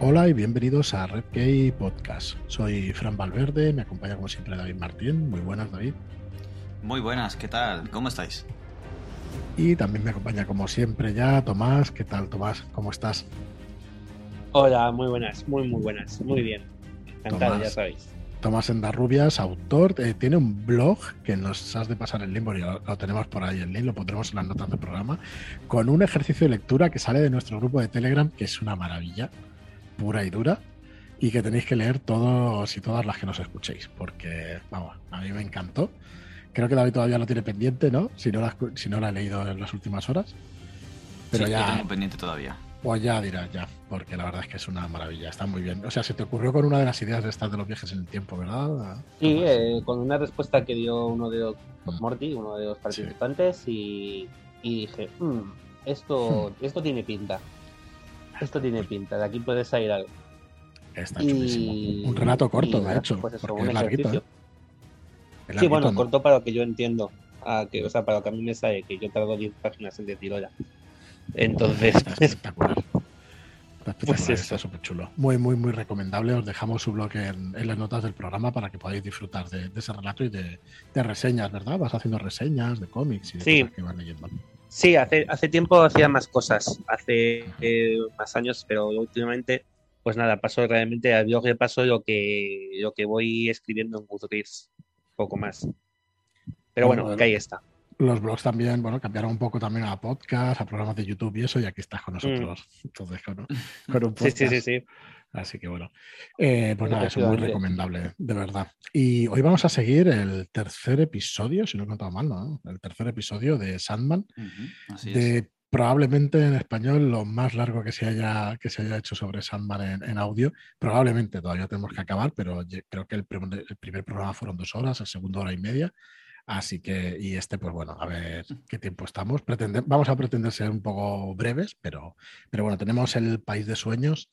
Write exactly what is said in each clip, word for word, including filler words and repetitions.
Hola y bienvenidos a RedKey Podcast. Soy Fran Valverde, me acompaña como siempre David Martín. Muy buenas, David. Muy buenas, ¿qué tal? ¿Cómo estáis? Y también me acompaña como siempre ya Tomás. ¿Qué tal, Tomás? ¿Cómo estás? Hola, muy buenas, muy muy buenas, muy bien. Encantado, ya Tomás, sabéis. Tomás Endarrubias, autor, eh, tiene un blog que nos has de pasar el link, porque lo, lo tenemos por ahí el link, lo pondremos en las notas del programa, con un ejercicio de lectura que sale de nuestro grupo de Telegram, que es una maravilla, pura y dura, y que tenéis que leer todos y todas las que nos escuchéis, porque, vamos, a mí me encantó. Creo que David todavía lo tiene pendiente, ¿no? Si no lo ha, si no lo ha leído en las últimas horas. Pero Sí, lo ya, tengo pendiente todavía. pues ya dirás ya, porque la verdad es que es una maravilla, está muy bien. O sea, se te ocurrió con una de las ideas de estas de los viajes en el tiempo, ¿verdad, Sí, Tomás? eh, con una respuesta que dio uno de los Mm, Morty, uno de los sí. participantes, y, y dije, "Mm, Hmm, esto, esto tiene pinta, esto tiene Pues pinta, de aquí puede salir algo. está chulísimo. Un Y, relato y corto, de nada, hecho, pues eso, porque un es larguito, ¿eh? ejercicio. Es Sí, larguito, bueno, ¿no? corto para lo que yo entiendo, a que, o sea, para lo que a mí me sale, que yo tardo diez páginas en decir hola. Entonces, Está pues, espectacular. Está pues espectacular, está eso. súper chulo. Muy, muy, muy recomendable. Os dejamos su blog en, en las notas del programa para que podáis disfrutar de, de ese relato y de, de reseñas, ¿verdad? Vas haciendo reseñas de cómics y de cosas Sí, que vas leyendo. Sí, hace, hace tiempo hacía más cosas, hace eh, más años, pero últimamente, pues nada, paso realmente al blog, le paso lo que, lo que voy escribiendo en Goodreads, poco más. Pero Bueno, bueno, que pues ahí está. los blogs también, bueno, cambiaron un poco también a podcast, a programas de YouTube y eso, y aquí estás con Mm, nosotros, entonces con, con un sí, sí, sí, podcast. sí, Así que bueno, eh, pues nada, eso es muy efectivamente. recomendable, de verdad. Y hoy vamos a seguir el tercer episodio, si no he contado mal, ¿no? El tercer episodio de Sandman, Ujú, así es. de probablemente en español lo más largo que se haya, que se haya hecho sobre Sandman en, en audio. Probablemente todavía tenemos que acabar, pero yo creo que el, primer- el primer programa fueron dos horas, el segundo hora y media. Así que, y este, pues bueno, a ver qué tiempo estamos. Pretende- vamos a pretender ser un poco breves, pero, pero bueno, tenemos El País de Sueños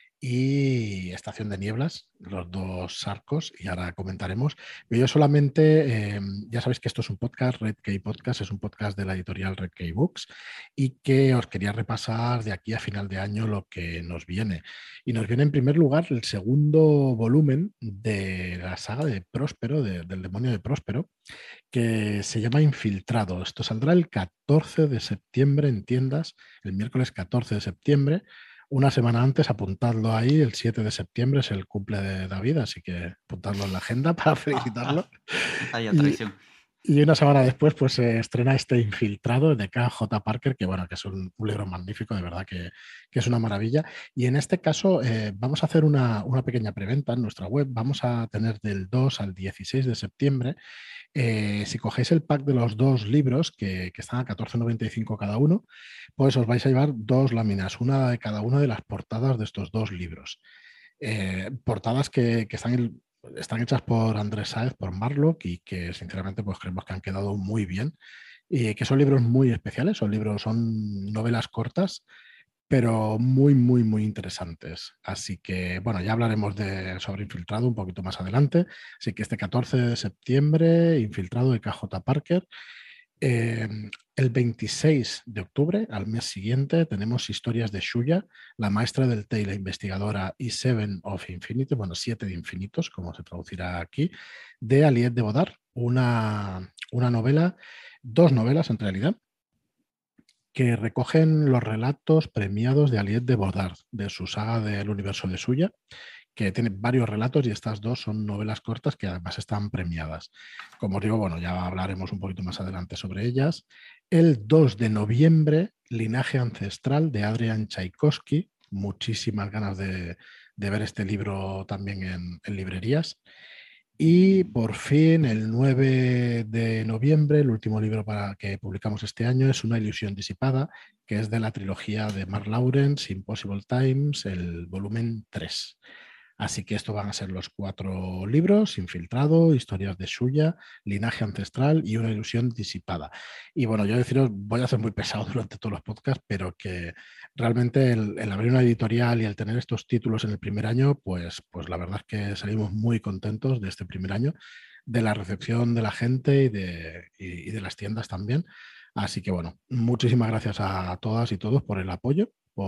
y Estación de Nieblas, los dos arcos, y ahora comentaremos. Yo solamente, eh, ya sabéis que esto es un podcast, Red Key Podcast, es un podcast de la editorial Red Key Books, y que os quería repasar de aquí a final de año lo que nos viene. Y nos viene en primer lugar el segundo volumen de la saga de Próspero, de- del demonio de Próspero, que se llama Infiltrado. Esto saldrá el catorce de septiembre en tiendas, el miércoles catorce de septiembre. Una semana antes, apuntadlo ahí, el siete de septiembre es el cumple de David, así que apuntadlo en la agenda para felicitarlo. Vaya Y, traición. y una semana después, pues se estrena este Infiltrado de K J. Parker, que bueno, que es un, un libro magnífico, de verdad que, que es una maravilla. Y en este caso, eh, vamos a hacer una, una pequeña preventa en nuestra web. Vamos a tener del dos al dieciséis de septiembre. Eh, si cogéis el pack de los dos libros, que, que están a catorce noventa y cinco cada uno, pues os vais a llevar dos láminas, una de cada una de las portadas de estos dos libros. Eh, portadas que, que están, están hechas por Andrés Sáez, por Marlock, y que sinceramente pues creemos que han quedado muy bien. Y que son libros muy especiales, son libros, son novelas cortas, pero muy, muy, muy interesantes. Así que, bueno, ya hablaremos de, sobre Infiltrado un poquito más adelante. Así que este catorce de septiembre, Infiltrado de K J. Parker. Eh, el veintiséis de octubre, al mes siguiente, tenemos Historias de Shuya, la maestra del té y la investigadora, y Seven of Infinity, bueno, Siete de Infinitos, como se traducirá aquí, de Aliette de Bodar, una, una novela, dos novelas en realidad, que recogen los relatos premiados de Aliette de Bodard, de su saga del universo de Suya, que tiene varios relatos y estas dos son novelas cortas que además están premiadas. Como os digo, bueno, ya hablaremos un poquito más adelante sobre ellas. El dos de noviembre, Linaje Ancestral de Adrian Tchaikovsky. Muchísimas ganas de, de ver este libro también en, en librerías. Y por fin, el nueve de noviembre, el último libro para que publicamos este año es Una ilusión disipada, que es de la trilogía de Mark Lawrence, Impossible Times, el volumen tres. Así que estos van a ser los cuatro libros: Infiltrado, Historias de Suya, Linaje Ancestral y Una ilusión disipada. Y bueno, yo deciros, voy a ser muy pesado durante todos los podcasts, pero que realmente el, el abrir una editorial y el tener estos títulos en el primer año, pues, pues la verdad es que salimos muy contentos de este primer año, de la recepción de la gente y de, y, y de las tiendas también. Así que bueno, muchísimas gracias a todas y todos por el apoyo, por,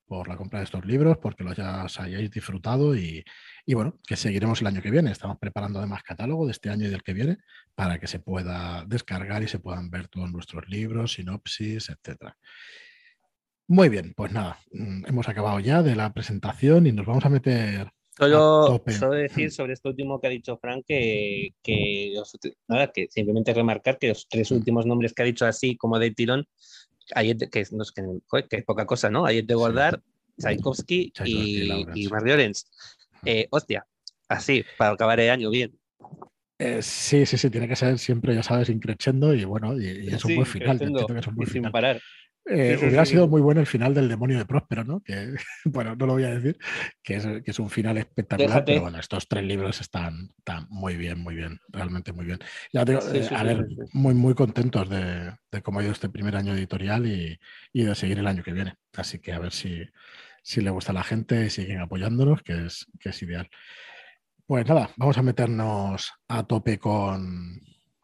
por la compra de estos libros, porque los ya os hayáis disfrutado y, y bueno, que seguiremos el año que viene. Estamos preparando además catálogo de este año y del que viene para que se pueda descargar y se puedan ver todos nuestros libros, sinopsis, etcétera. Muy bien, pues nada, hemos acabado ya de la presentación y nos vamos a meter a Solo, tope. solo decir sobre esto último que ha dicho Frank que, que, los- nada, que simplemente remarcar que los tres últimos nombres que ha dicho así como de tirón, Ayet, que, es, no, es que, joder, que es poca cosa, ¿no? Ayet de Sí, Godard, Tchaikovsky Tchaikovsky y y, y Lawrence. Mark Lawrence. Eh, hostia, así, para acabar el año bien. Eh, sí, sí, sí, tiene que ser siempre, ya sabes, increchendo y bueno, y, y es un buen Sí, final, yo entiendo creciendo que es un y buen sin final. parar. Eh, Sí, sí, hubiera sí, sido sí. muy bueno el final del Demonio de Próspero, ¿no? Que, bueno, no lo voy a decir, que es, que es un final espectacular, pero Déjate. bueno, estos tres libros están, están muy bien, muy bien, realmente muy bien. Ya te digo, Sí, eh, sí, a sí, ver, sí, sí. muy, muy contentos de, de cómo ha ido este primer año editorial y, y de seguir el año que viene. Así que a ver si, si le gusta a la gente y siguen apoyándonos, que es, que es ideal. Pues nada, vamos a meternos a tope con,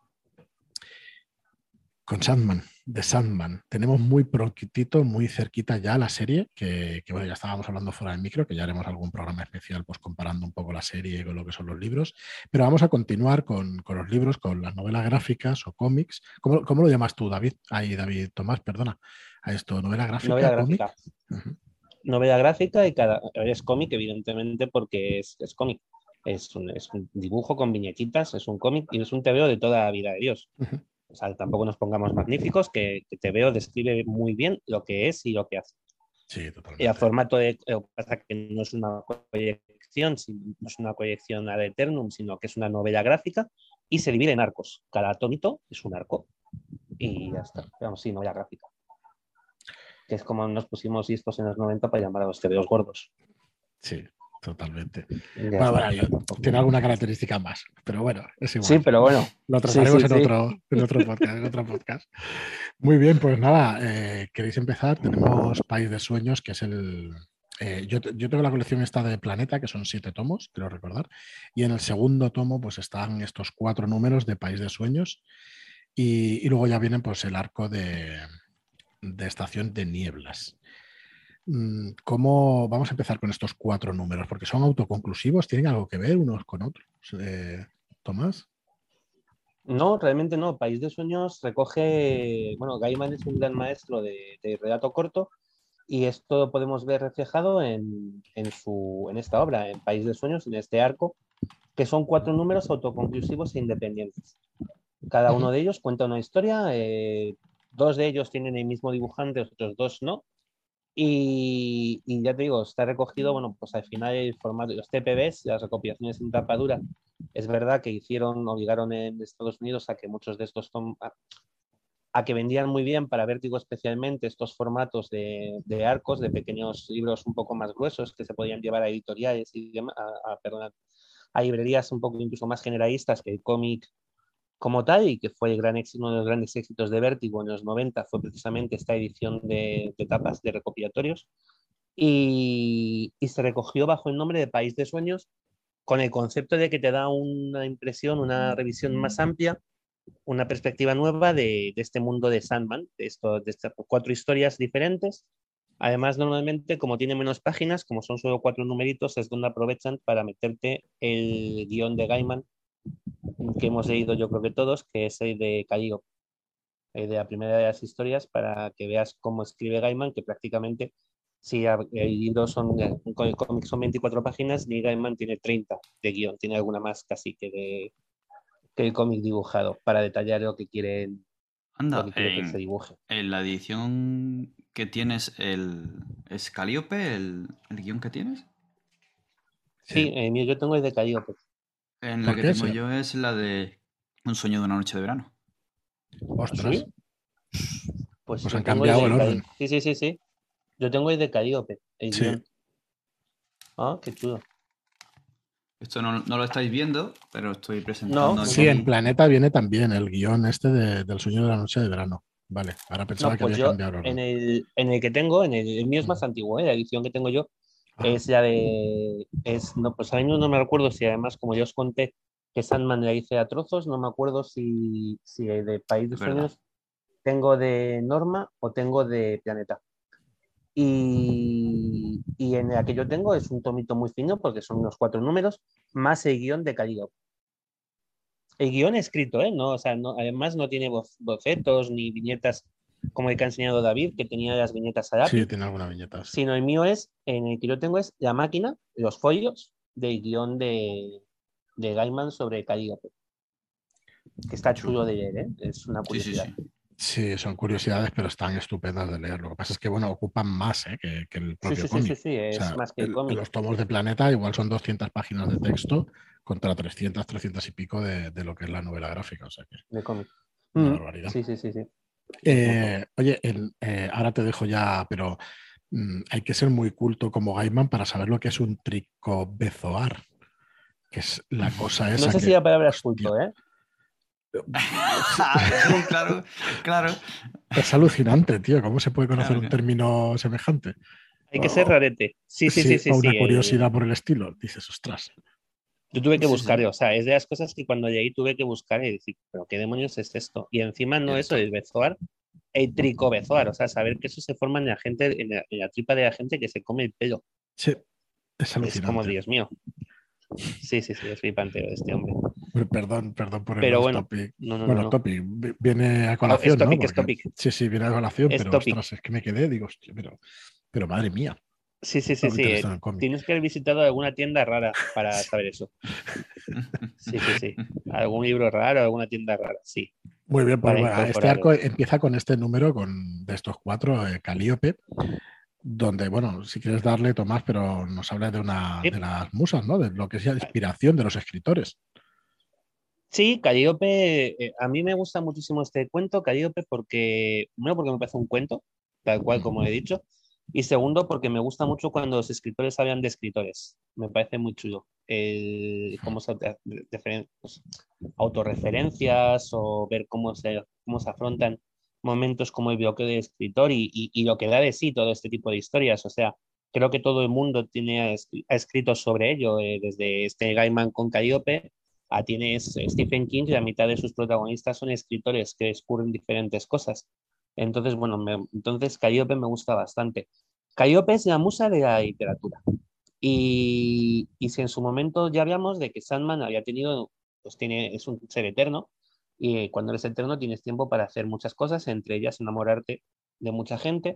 con Sandman, de Sandman. Tenemos muy prontito, muy cerquita ya la serie, que, que, bueno, ya estábamos hablando fuera del micro, que ya haremos algún programa especial pues comparando un poco la serie con lo que son los libros. Pero vamos a continuar con, con los libros, con las novelas gráficas o cómics. ¿Cómo, cómo lo llamas tú, David? Ahí, David Tomás, perdona. A esto, ¿novela Novela gráfica, cómic? gráfica. Uh-huh. Novela gráfica y cada. Es cómic, evidentemente, porque es, es cómic. Es un, es un dibujo con viñetitas, es un cómic y es un tebeo de toda la vida de Dios. Uh-huh. O sea, tampoco nos pongamos magníficos, que, que tebeo describe muy bien lo que es y lo que hace. Sí, Y a totalmente. formato de. Lo que pasa que no es una colección, no es una colección ad eternum, sino que es una novela gráfica y se divide en arcos. Cada tómito es un arco. Y ya está. Vamos, sí, novela gráfica. Que es como nos pusimos listos en los noventa para llamar a los tebeos gordos. Sí, totalmente. Ya Bueno, está. bueno, yo- tiene alguna característica más, pero bueno, es Sí, igual. pero bueno. Lo Sí, trataremos sí, en sí. otro, en otro podcast, en otro podcast. Muy bien, pues nada, eh, ¿queréis empezar? Tenemos País de Sueños, que es el... eh, yo, yo tengo la colección esta de Planeta, que son siete tomos, quiero recordar, y en el segundo tomo pues están estos cuatro números de País de Sueños y, y luego ya vienen pues el arco de, de Estación de Nieblas. Mm, ¿Cómo vamos a empezar con estos cuatro números? Porque son autoconclusivos, ¿tienen algo que ver unos con otros? Eh, Tomás. No, realmente no. País de Sueños recoge. Bueno, Gaiman es un gran maestro de, de relato corto y esto lo podemos ver reflejado en, en, su, en esta obra, en País de Sueños, en este arco, que son cuatro números autoconclusivos e independientes. Cada Uh-huh. uno de ellos cuenta una historia. Eh, dos de ellos tienen el mismo dibujante, los otros dos no. Y, y, ya te digo, está recogido, bueno, pues al final el formato, los T P Bs, las recopilaciones en tapa dura, es verdad que hicieron, obligaron en Estados Unidos a que muchos de estos, a, a que vendían muy bien para Vértigo especialmente estos formatos de, de, arcos, de pequeños libros un poco más gruesos que se podían llevar a editoriales y a, a, perdón, a librerías un poco incluso más generalistas que el cómic como tal, y que fue el gran éxito, uno de los grandes éxitos de Vértigo en los noventa, fue precisamente esta edición de, de tapas, de recopilatorios, y, y se recogió bajo el nombre de País de Sueños, con el concepto de que te da una impresión, una revisión más amplia, una perspectiva nueva de, de este mundo de Sandman, de, esto, de estas cuatro historias diferentes. Además, normalmente, como tiene menos páginas, como son solo cuatro numeritos, es donde aprovechan para meterte el guión de Gaiman, que hemos leído yo creo que todos, que es el de Calliope, el de la primera de las historias, para que veas cómo escribe Gaiman, que prácticamente, si el libro son, el cómic son veinticuatro páginas, ni Gaiman tiene treinta de guión, tiene alguna más casi que, de, que el cómic dibujado, para detallar lo que quieren, lo Anda, que quiere que se en, dibuje. en la edición que tienes, el, ¿es Calíope el, el guión que tienes? Sí, eh, mío, yo tengo el de Calliope. En la ¿Por que qué? tengo Sí. yo es la de Un sueño de una noche de verano. Ostras, ¿Sí? Pues pues yo han tengo el cambiado de el orden. Calliope. Sí, sí, sí, sí. Yo tengo el de Calliope, el Sí. guión. Ah, qué chulo. Esto no, no lo estáis viendo, pero estoy No, presentando no, Sí, no. en aquí. Planeta viene también el guión este de- del sueño de la noche de verano. Vale, ahora pensaba No, que pues había yo cambiado el en orden. el, en el que tengo, en el, el mío es más Ujú. antiguo, ¿eh? La edición que tengo yo Ajá. es la de. Es, no, pues ahora mismo no me recuerdo si además, como yo os conté, que Sandman la hice a trozos, no me acuerdo si, si de País de Es verdad. Sueños tengo de Norma o tengo de Planeta. Y, Y, y en la que yo tengo es un tomito muy fino porque son unos cuatro números, más el guión de Calliope. El guión escrito, ¿eh? No, o sea, no, además no tiene bocetos ni viñetas como el que ha enseñado David, que tenía las viñetas a Sí, lápiz, tiene alguna viñeta, sí. sino el mío es, en el que yo tengo es la máquina, los follos del guión de, de Gaiman sobre Calliope, que está chulo Chulo. de leer, ¿eh? Es una Sí, sí, curiosidad. sí. Sí, son curiosidades, pero están estupendas de leer. Lo que pasa es que, bueno, ocupan más, ¿eh? que, que el Sí, propio sí, sí, sí, cómic. sí, O es sea, más que el el- cómic. los tomos de Planeta igual son doscientas páginas de texto contra trescientas, trescientas y pico de, de lo que es la novela gráfica. O sea que De cómic. una Mm, barbaridad. sí, sí, sí, sí. Es mucho. Eh, oye, el- eh, ahora te dejo ya, pero mm, hay que ser muy culto como Gaiman para saber lo que es un tricobezoar, que es la cosa No esa sé si que, la palabra es hostia, culto, ¿eh? sí, No, claro, claro, es alucinante, tío. ¿Cómo se puede conocer claro un que. término semejante? Hay que ser rarete. Sí, sí, sí, Sí, sí, o una sí. curiosidad el- por el estilo. Dices, ostras. Yo tuve que Sí, buscar, sí. o sea, es de las cosas que cuando llegué tuve que buscar y decir, pero ¿qué demonios es esto? Y encima no eso, Cierto. el bezoar, el tricobezoar, o sea, saber que eso se forma en la gente, en la, en la tripa de la gente que se come el pelo. Sí, es Es como, alucinante. Dios mío. Sí, sí, sí, es flipante este hombre. Uy, Perdón, perdón por el Pero off bueno, topic. no, no, no, Bueno, no. topic, vi- viene a Ah, es colación, ¿no? topic, es Porque topic, sí, sí, viene a colación, es pero topic. ostras, es que me quedé, digo, hostia, pero, pero madre mía, Sí, sí, está sí, muy sí. eh, interesante el cómic. Tienes que haber visitado alguna tienda rara para saber eso. Sí, sí, sí. Algún libro raro, alguna tienda rara, sí, Muy bien, pues para bueno, este incorporarlo. arco empieza con este número con, de estos cuatro, eh, Calíope, donde, bueno, si quieres darle, Tomás, pero nos habla de una de Sí, las musas, ¿no? De lo que es la inspiración de los escritores. sí, Calliope, eh, a mí me gusta muchísimo este cuento, Calliope, porque, primero porque me parece un cuento, tal cual Mm. como he dicho, y segundo porque me gusta mucho cuando los escritores hablan de escritores, me parece muy chulo. El, cómo se auto- referen- pues, autorreferencias o ver cómo se, cómo se afrontan momentos como el bloqueo del escritor y, y, y lo que da de sí todo este tipo de historias. O sea, creo que todo el mundo tiene, ha escrito sobre ello, eh, desde este Gaiman con Calliope a tienes Stephen King y la mitad de sus protagonistas son escritores que descubren diferentes cosas. Entonces, bueno, me, entonces Calliope me gusta bastante. Calliope es la musa de la literatura. Y, y si en su momento ya hablamos de que Sandman había tenido, pues tiene, es un ser eterno, y cuando eres eterno tienes tiempo para hacer muchas cosas, entre ellas enamorarte de mucha gente.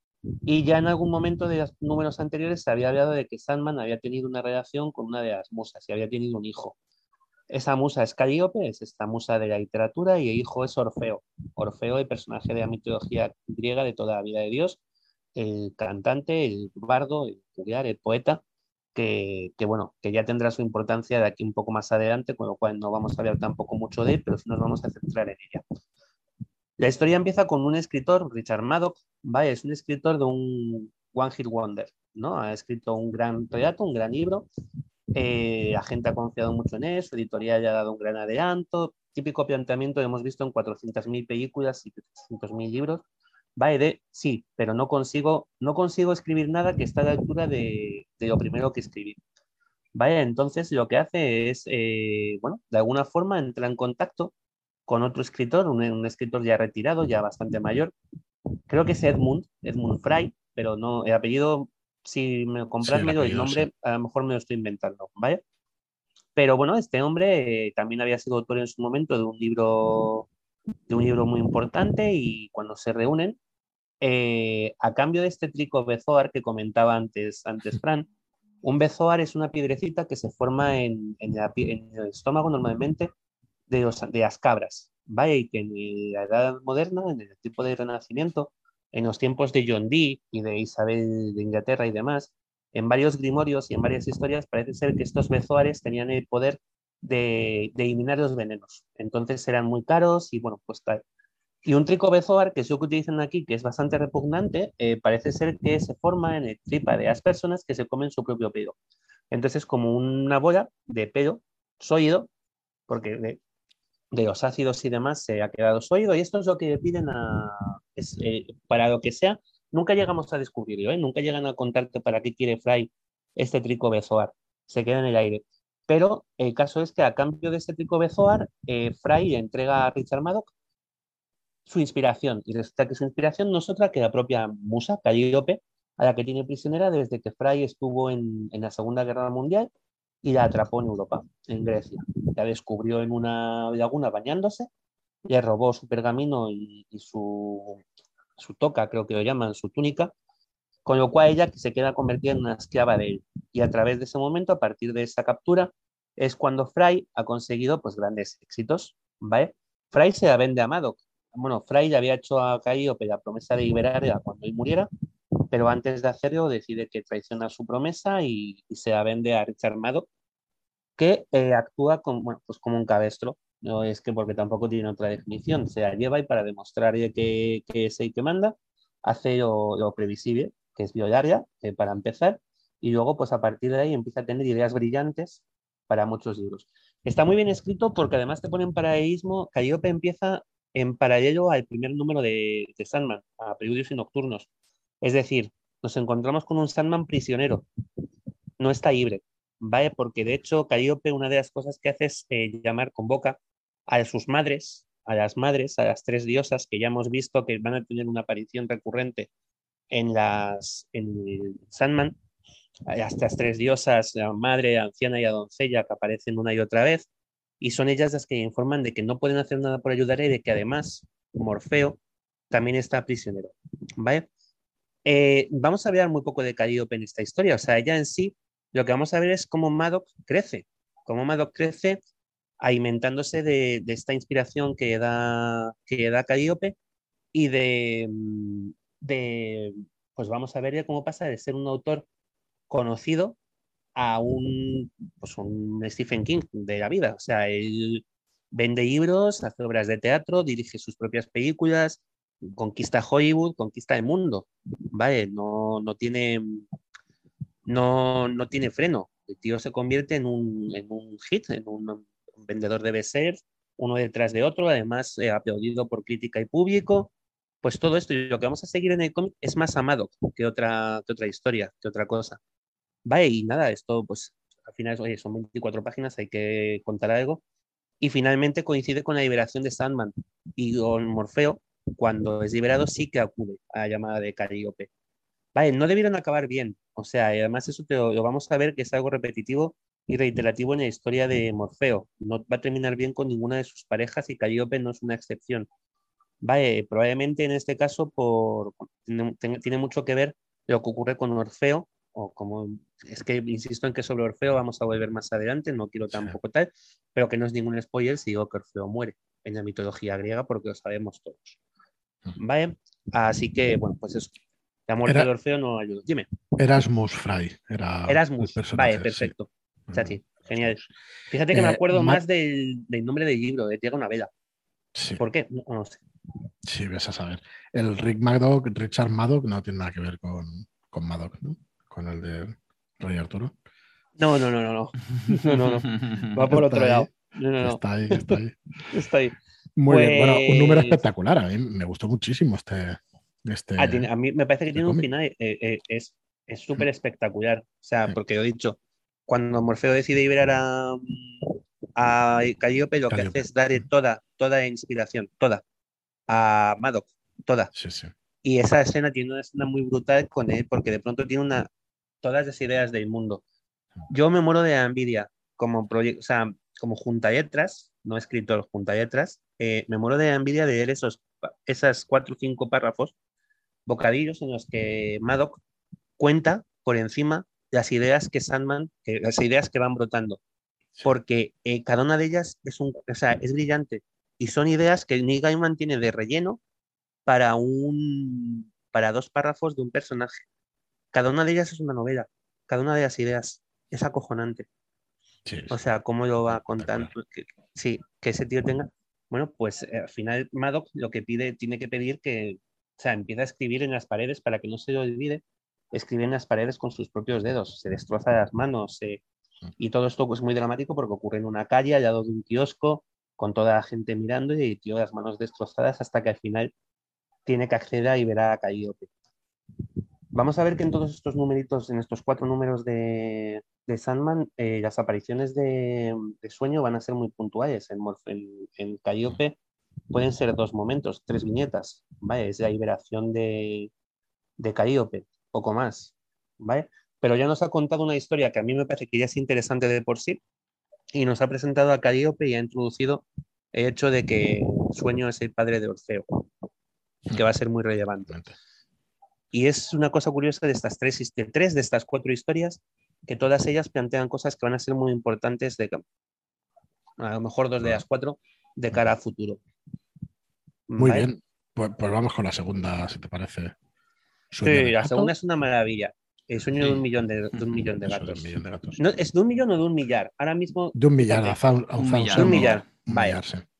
Y ya en algún momento de los números anteriores se había hablado de que Sandman había tenido una relación con una de las musas y había tenido un hijo. Esa musa es Calíope, es esta musa de la literatura, y el hijo es Orfeo. Orfeo, el personaje de la mitología griega de toda la vida de Dios, el cantante, el bardo, el juglar, el poeta, que, que, bueno, que ya tendrá su importancia de aquí un poco más adelante, con lo cual no vamos a hablar tampoco mucho de él, pero sí nos vamos a centrar en ella. La historia empieza con un escritor, Richard Maddox, ¿vale? Es un escritor de un One Hit Wonder, ¿no? Ha escrito un gran relato, un gran libro, eh, la gente ha confiado mucho en él, su editorial ya ha dado un gran adelanto, típico planteamiento que hemos visto en cuatrocientas mil películas y trescientos mil libros, va de sí, pero no consigo, no consigo escribir nada que esté a la altura de, de lo primero que escribí. Vaya, entonces lo que hace es, eh, bueno, de alguna forma entra en contacto con otro escritor, un, un escritor ya retirado, ya bastante mayor, creo que es Edmund, Edmund Fry, pero no, el apellido, si me Sí, el comprármelo, el apellido sí. nombre, a lo mejor me lo estoy inventando, ¿vale? Pero bueno, este hombre eh, también había sido autor en su momento de un libro, de un libro muy importante, y cuando se reúnen, eh, a cambio de este trico bezoar que comentaba antes, antes Fran, un bezoar es una piedrecita que se forma en, en, la, en el estómago normalmente de, los, de las cabras, ¿vale? Y que en la edad moderna, en el tipo de Renacimiento, en los tiempos de John Dee y de Isabel de Inglaterra y demás, en varios grimorios y en varias historias parece ser que estos bezoares tenían el poder de, de eliminar los venenos. Entonces eran muy caros y bueno, pues tal. Y un tricobezoar, que es lo que utilizan aquí, que es bastante repugnante, eh, parece ser que se forma en el tripa de las personas que se comen su propio pelo. Entonces es como una bola de pelo sólido, porque de, de los ácidos y demás se ha quedado sólido, y esto es lo que piden a, es, eh, para lo que sea. Nunca llegamos a descubrirlo, ¿eh? Nunca llegan a contarte para qué quiere Fry este tricobezoar, se queda en el aire. Pero el caso es que a cambio de este tricobezoar, eh, Fry le entrega a Richard Maddox su inspiración, y resulta que su inspiración no es otra que la propia musa, Calíope, a la que tiene prisionera desde que Fry estuvo en, en la Segunda Guerra Mundial y la atrapó en Europa, en Grecia. La descubrió en una laguna bañándose, le robó su pergamino y, y su, su toca, creo que lo llaman, su túnica, con lo cual ella se queda convertida en una esclava de él. Y a través de ese momento, a partir de esa captura, es cuando Fry ha conseguido pues grandes éxitos, ¿vale? Fry se la vende a Madoc. Bueno, Fry le había hecho a Calliope la promesa de liberarla cuando él muriera, pero antes de hacerlo decide que traiciona su promesa y, y se la vende a Richard Madoc, que eh, actúa como, bueno, pues como un cabestro. No es que porque tampoco tiene otra definición, se la lleva y para demostrarle que, que es el que manda, hace lo, lo previsible, que es violarla, eh, para empezar, y luego pues a partir de ahí empieza a tener ideas brillantes para muchos libros. Está muy bien escrito porque además te pone en paralelismo, Calliope empieza en paralelo al primer número de, de Sandman, a Preludios y Nocturnos. Es decir, nos encontramos con un Sandman prisionero, no está libre, ¿vale? Porque de hecho Calliope una de las cosas que hace es eh, llamar, convoca a sus madres, a las madres, a las tres diosas que ya hemos visto que van a tener una aparición recurrente en las en el Sandman, a estas tres diosas, la madre, la anciana y la doncella que aparecen una y otra vez, y son ellas las que informan de que no pueden hacer nada por ayudar y de que además Morfeo también está prisionero, ¿vale? Eh, vamos a hablar muy poco de Calliope en esta historia, o sea, ella en sí, lo que vamos a ver es cómo Madoc crece, cómo Madoc crece alimentándose de, de esta inspiración que da, que da Calliope y de, mm, de, pues vamos a ver ya cómo pasa de ser un autor conocido a un, pues un Stephen King de la vida, o sea, él vende libros, hace obras de teatro, dirige sus propias películas, conquista Hollywood, conquista el mundo, ¿vale? No, no tiene, no, no tiene freno. El tío se convierte en un, en un hit, en un, un vendedor de bestsellers, uno detrás de otro, además eh, aplaudido por crítica y público. Pues todo esto y lo que vamos a seguir en el cómic es más amado que otra, que otra historia, que otra cosa. Vale, y nada, esto pues al final oye, son veinticuatro páginas, hay que contar algo. Y finalmente coincide con la liberación de Sandman. Y con Morfeo, cuando es liberado, sí que acude a la llamada de Calliope. Vale, no debieron acabar bien. O sea, y además eso te lo, lo vamos a ver que es algo repetitivo y reiterativo en la historia de Morfeo. No va a terminar bien con ninguna de sus parejas y Calliope no es una excepción. Vale, probablemente en este caso por, tiene, tiene mucho que ver lo que ocurre con Orfeo, o como es que insisto en que sobre Orfeo vamos a volver más adelante, no quiero Sí. tampoco tal, pero que no es ningún spoiler si digo que Orfeo muere en la mitología griega porque lo sabemos todos. Vale, así que bueno, pues eso. La muerte de Era Orfeo no ayuda. Dime. Erasmus Fry, era el Erasmus, vale, personaje, sí. perfecto. Chachi, genial. Erasmus. Fíjate que me Eh, acuerdo Matt, más del, del nombre del libro, de Diego Naveda. sí, ¿Por qué? No, no sé. sí, ves a saber. El Rick Maddock, Richard Maddock, no tiene nada que ver con, con Maddock, ¿no? Con el de Rey Arturo. No, no, no, no, no. No, no, no. Va por Está otro ahí, lado. No, no, no. está ahí, está ahí. Está ahí. Muy bien. Bueno, un número Pues espectacular. A mí me gustó muchísimo este, ah, tiene- este, a mí me parece que este tiene un cómic. final, eh, eh, es es súper espectacular. O sea, Sí, porque lo he dicho, cuando Morfeo decide liberar a, a Calliope, lo que hace Calliope. es darle toda, toda la inspiración, toda, a Madoc, toda. Sí, sí. Y esa escena tiene una escena muy brutal con él, porque de pronto tiene una, todas las ideas del mundo. Yo me muero de la envidia como proyecto, o sea, como juntaletras, no escritor, juntaletras, eh, me muero de la envidia de leer esos, esas cuatro o cinco párrafos, bocadillos en los que Madoc cuenta por encima las ideas que Sandman, que, las ideas que van brotando, Sí, porque eh, cada una de ellas es un, o sea, es brillante y son ideas que Neil Gaiman tiene de relleno para un, para dos párrafos de un personaje. Cada una de ellas es una novela, cada una de las ideas es acojonante. sí, O sí. sea, cómo lo va contando, Espectacular. que, sí, que ese tío tenga. Bueno, pues eh, al final Madoc lo que pide, tiene que pedir que, o sea, empieza a escribir en las paredes para que no se le olvide, escribe en las paredes con sus propios dedos, se destroza las manos, eh, y todo esto pues muy dramático porque ocurre en una calle al lado de un kiosco, con toda la gente mirando y el tío las manos destrozadas hasta que al final tiene que acceder a liberar a Calliope. Vamos a ver que en todos estos numeritos, en estos cuatro números de, de Sandman, eh, las apariciones de, de sueño van a ser muy puntuales. En, Morf- en, en Calliope pueden ser dos momentos, tres viñetas, ¿vale? Es la liberación de, de Calliope. poco más, ¿vale? Pero ya nos ha contado una historia que a mí me parece que ya es interesante de por sí y nos ha presentado a Calíope y ha introducido el hecho de que Sueño es el padre de Orfeo, que va a ser muy relevante. Y es una cosa curiosa de estas tres, de tres de estas cuatro historias, que todas ellas plantean cosas que van a ser muy importantes, de, a lo mejor dos de las cuatro, de cara a futuro. Muy ¿Vale? bien, pues, pues vamos con la segunda, si te parece. Sí, la segunda es una maravilla. El sueño sí. de un millón de, de, un millón de Eso, gatos. de un millón de gatos. No, ¿es de un millón o de un millar? Ahora mismo... De un millar, fíjate, a, a, a un millar. De un millar, un vale. millar, sí.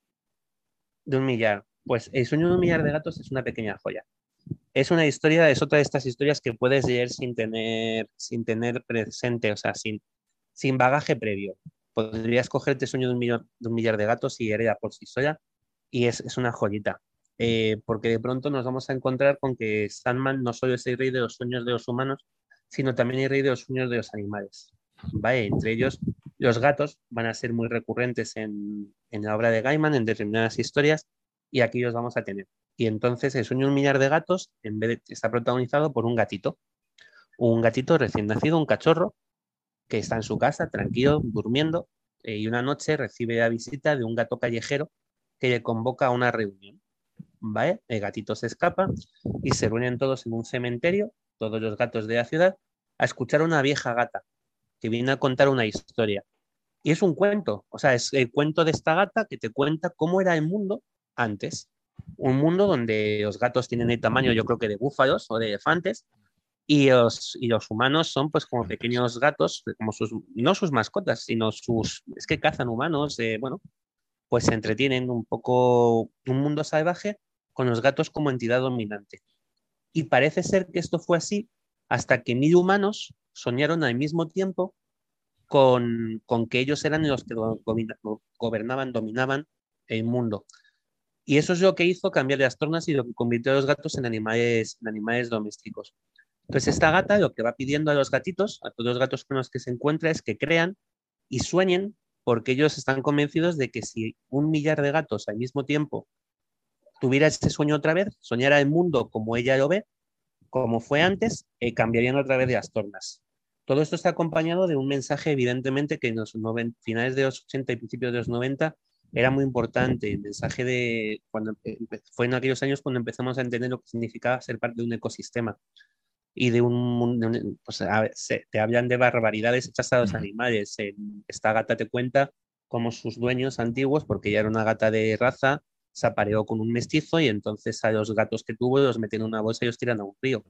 De un millar. Pues el sueño de un millar de gatos es una pequeña joya. Es una historia, es otra de estas historias que puedes leer sin tener, sin tener presente, o sea, sin, sin bagaje previo. Podrías cogerte el sueño de un, millón, de un millar de gatos y hereda por sí sola, y es, es una joyita. Eh, porque de pronto nos vamos a encontrar con que Sandman no solo es el rey de los sueños de los humanos, sino también el rey de los sueños de los animales. ¿Vale? Entre ellos, los gatos van a ser muy recurrentes en, en la obra de Gaiman, en determinadas historias, y aquí los vamos a tener. Y entonces el sueño de un millar de gatos en vez de, está protagonizado por un gatito. Un gatito recién nacido, un cachorro, que está en su casa, tranquilo, durmiendo, eh, y una noche recibe la visita de un gato callejero que le convoca a una reunión. ¿Vale? El gatito se escapa y se reúnen todos en un cementerio, todos los gatos de la ciudad, a escuchar a una vieja gata que viene a contar una historia. Y es un cuento, o sea, es el cuento de esta gata que te cuenta cómo era el mundo antes. Un mundo donde los gatos tienen el tamaño, yo creo que de búfalos o de elefantes, y los, y los humanos son pues como pequeños gatos, como sus, no sus mascotas, sino sus, es que cazan humanos, eh, bueno, pues se entretienen un poco un mundo salvaje con los gatos como entidad dominante. Y parece ser que esto fue así hasta que mil humanos soñaron al mismo tiempo con, con que ellos eran los que gobernaban, dominaban el mundo. Y eso es lo que hizo cambiar las tornas y lo que convirtió a los gatos en animales, en animales domésticos. Entonces esta gata lo que va pidiendo a los gatitos, a todos los gatos con los que se encuentra, es que crean y sueñen, porque ellos están convencidos de que si un millar de gatos al mismo tiempo tuviera ese sueño otra vez, soñara el mundo como ella lo ve, como fue antes, eh, cambiarían otra vez de las tornas. Todo esto está acompañado de un mensaje, evidentemente, que en los noventa, finales de los ochenta y principios de los noventa era muy importante. El mensaje de cuando fue en aquellos años cuando empezamos a entender lo que significaba ser parte de un ecosistema y de un, de un pues, a, se, te hablan de barbaridades hechas a los animales. Esta gata te cuenta cómo sus dueños antiguos, porque ella era una gata de raza, se apareó con un mestizo y entonces a los gatos que tuvo los meten en una bolsa y los tiran a un río.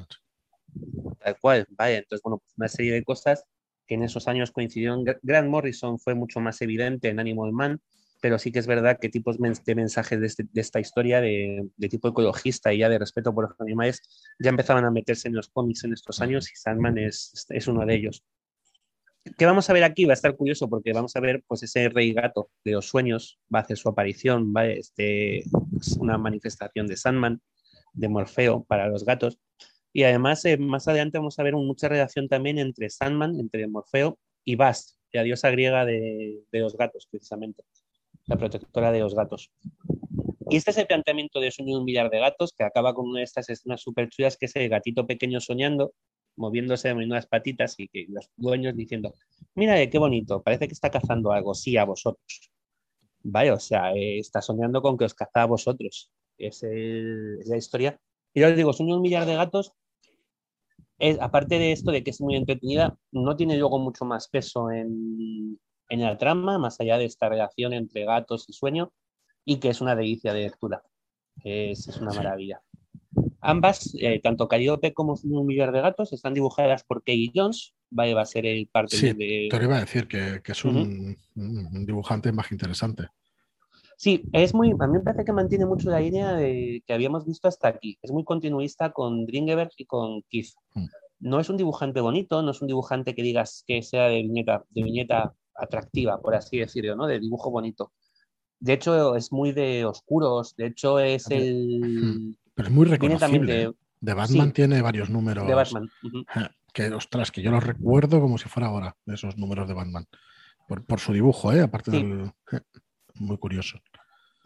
Tal cual, vale. Entonces, bueno, pues una serie de cosas que en esos años coincidieron. Grant Morrison fue mucho más evidente en Animal Man, pero sí que es verdad que tipos de mensajes de, este, de esta historia de, de tipo ecologista y ya de respeto por los animales ya empezaban a meterse en los cómics en estos años y Sandman es, es uno de ellos. ¿Qué vamos a ver aquí? Va a estar curioso porque vamos a ver pues ese rey gato de los sueños, va a hacer su aparición, ¿vale? Este, es una manifestación de Sandman, de Morfeo para los gatos. Y además, eh, más adelante vamos a ver mucha relación también entre Sandman, entre Morfeo y Bast, la diosa griega de, de los gatos, precisamente, la protectora de los gatos. Y este es el planteamiento de Sueño de un millar de gatos, que acaba con una de estas escenas súper chulas, que es el gatito pequeño soñando, moviéndose en unas patitas y que los dueños diciendo, mira, qué bonito, parece que está cazando algo, sí, a vosotros. Vale, o sea, eh, está soñando con que os caza a vosotros. Es, el, es la historia. Y yo les digo, Sueño de un millar de gatos, es, aparte de esto de que es muy entretenida, no tiene luego mucho más peso en, en la trama, más allá de esta relación entre gatos y sueño, y que es una delicia de lectura. Es, es una maravilla. Ambas, eh, tanto Calíope como Un millar de gatos, están dibujadas por Kay Jones. Vale, va a ser el parte sí, de... te lo iba a decir, que, que es un, uh-huh. un dibujante más interesante. Sí, es muy, a mí me parece que mantiene mucho la línea de, que habíamos visto hasta aquí. Es muy continuista con Dringleberg y con Keith. Mm. No es un dibujante bonito, no es un dibujante que digas que sea de viñeta, de viñeta atractiva, por así decirlo, ¿no? De dibujo bonito. De hecho, es muy de oscuros. De hecho, es el... Pero es muy reconocible. De... de Batman sí, tiene varios números. De Batman. Uh-huh. Que, ostras, que yo los recuerdo como si fuera ahora, esos números de Batman. Por, por su dibujo, ¿eh? Aparte sí. del... Muy curioso.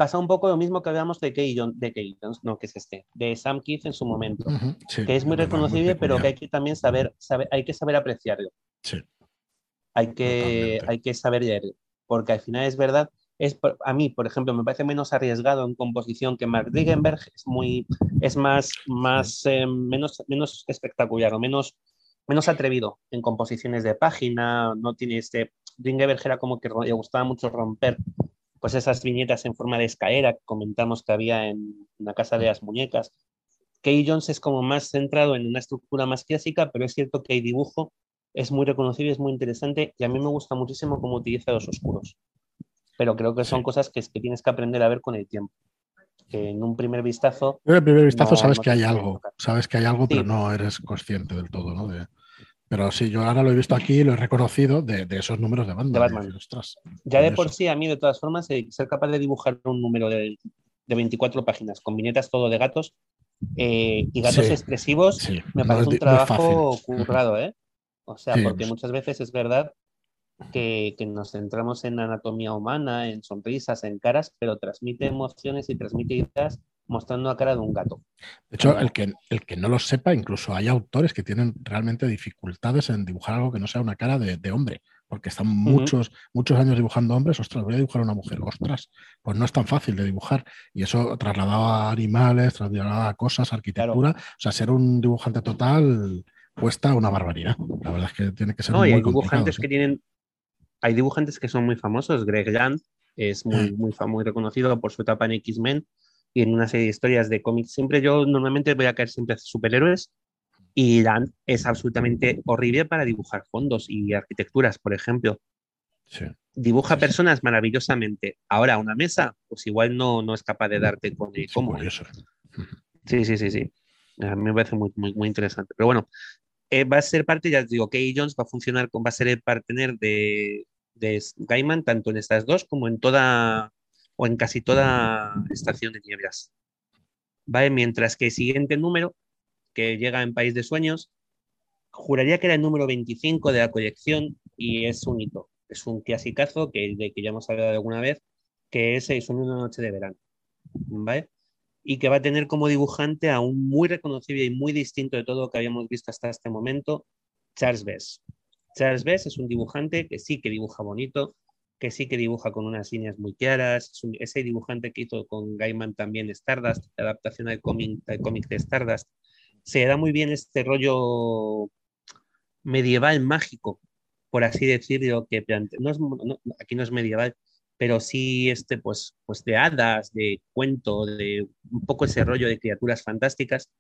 pasa un poco lo mismo que hablábamos de Kay Jones, de Kay Jones, no, que es este, de Sam Keith en su momento, Uh-huh. Sí, que es muy verdad, reconocible, muy pero que hay que también saber, saber, hay que saber apreciarlo. Sí, Hay que, hay que saber leerlo, porque al final es verdad, es, a mí, por ejemplo, me parece menos arriesgado en composición que Mark Dringenberg, es, muy, es más, más sí. eh, menos, menos espectacular o menos, menos atrevido en composiciones de página, no tiene este... Dringenberg era como que le gustaba mucho romper pues esas viñetas en forma de escalera que comentamos que había en la Casa de las Muñecas. Kay Jones es como más centrado en una estructura más clásica, pero es cierto que el dibujo es muy reconocible, es muy interesante y a mí me gusta muchísimo cómo utiliza los oscuros. Pero creo que son sí. cosas que, que tienes que aprender a ver con el tiempo. Que en un primer vistazo... En el primer vistazo no, sabes no que hay algo, tocar. sabes que hay algo, sí. pero no eres consciente del todo, ¿no? De... Pero sí, yo ahora lo he visto aquí y lo he reconocido de, de esos números de Batman. De Batman. De decir, ya de por sí, a mí, de todas formas, eh, ser capaz de dibujar un número de, de veinticuatro páginas con viñetas todo de gatos eh, y gatos sí, expresivos, sí. me parece no un trabajo currado, ¿eh? O sea, sí, porque pues... muchas veces es verdad que, que nos centramos en anatomía humana, en sonrisas, en caras, pero transmite emociones y transmite ideas mostrando la cara de un gato. De hecho, el que, el que no lo sepa, incluso hay autores que tienen realmente dificultades en dibujar algo que no sea una cara de, de hombre, porque están uh-huh. muchos, muchos años dibujando hombres. Ostras, voy a dibujar a una mujer. Ostras, pues no es tan fácil de dibujar. Y eso trasladado a animales, trasladado a cosas, arquitectura. Claro. O sea, ser un dibujante total cuesta una barbaridad. La verdad es que tiene que ser no, muy y hay complicado. Dibujantes ¿sí? que tienen, hay dibujantes que son muy famosos. Greg Land es muy, muy, muy reconocido por su etapa en X-Men y en una serie de historias de cómics. Siempre yo normalmente voy a caer siempre a superhéroes y Dan es absolutamente horrible para dibujar fondos y arquitecturas, por ejemplo. Sí. Dibuja sí, personas sí. maravillosamente. Ahora, una mesa, pues igual no, no es capaz de darte con el cómo. Curioso. Sí, sí, sí, sí. A mí me parece muy, muy, muy interesante. Pero bueno, eh, va a ser parte, ya os digo, Kay Jones va a funcionar, con, va a ser el partner de, de Gaiman, tanto en estas dos como en toda, o en casi toda Estación de Nieblas. ¿Vale? Mientras que el siguiente número, que llega en País de Sueños, juraría que era el número veinticinco de la colección y es un hito. Es un clasicazo que, de que ya hemos hablado alguna vez, que es, es una noche de verano, ¿vale? Y que va a tener como dibujante a un muy reconocible y muy distinto de todo lo que habíamos visto hasta este momento, Charles Bess. Charles Bess es un dibujante que sí que dibuja bonito, que sí que dibuja con unas líneas muy claras, es un, ese dibujante que hizo con Gaiman también Stardust, la adaptación al cómic, al cómic de Stardust, se da muy bien este rollo medieval mágico, por así decirlo, que plante... no es, no, aquí no es medieval, pero sí este, pues, pues de hadas, de cuento, de un poco ese rollo de criaturas fantásticas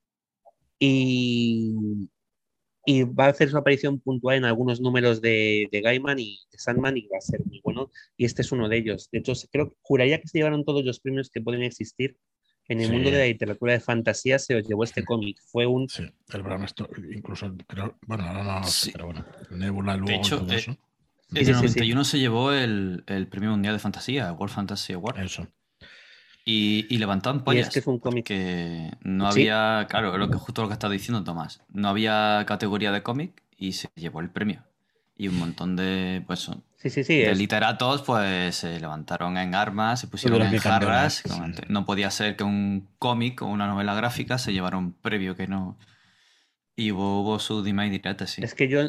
y, y va a hacer su aparición puntual en algunos números de, de Gaiman y de Sandman y va a ser muy bueno y este es uno de ellos. De hecho, creo, juraría que se llevaron todos los premios que pueden existir en el sí. mundo de la literatura de fantasía, se los llevó este cómic. Fue un... Sí, el Bram Stoker, incluso, creo, bueno, ahora no, no sí. sé, pero bueno, Nebula luego de hecho, y todo eh, eso. En el sí, noventa y uno sí, sí. se llevó el, el Premio Mundial de Fantasía, World Fantasy Award. Eso. Y, y levantaban pollas. Y es que es un cómic. Que no había, claro, lo que, justo lo que estaba diciendo Tomás. No había categoría de cómic y se llevó el premio. Y un montón de, pues, sí, sí, sí, de es. literatos pues se levantaron en armas, se pusieron en jarras. Sí. No podía ser que un cómic o una novela gráfica se llevara un premio que no... Y hubo, hubo su dima y direte, sí. Es que yo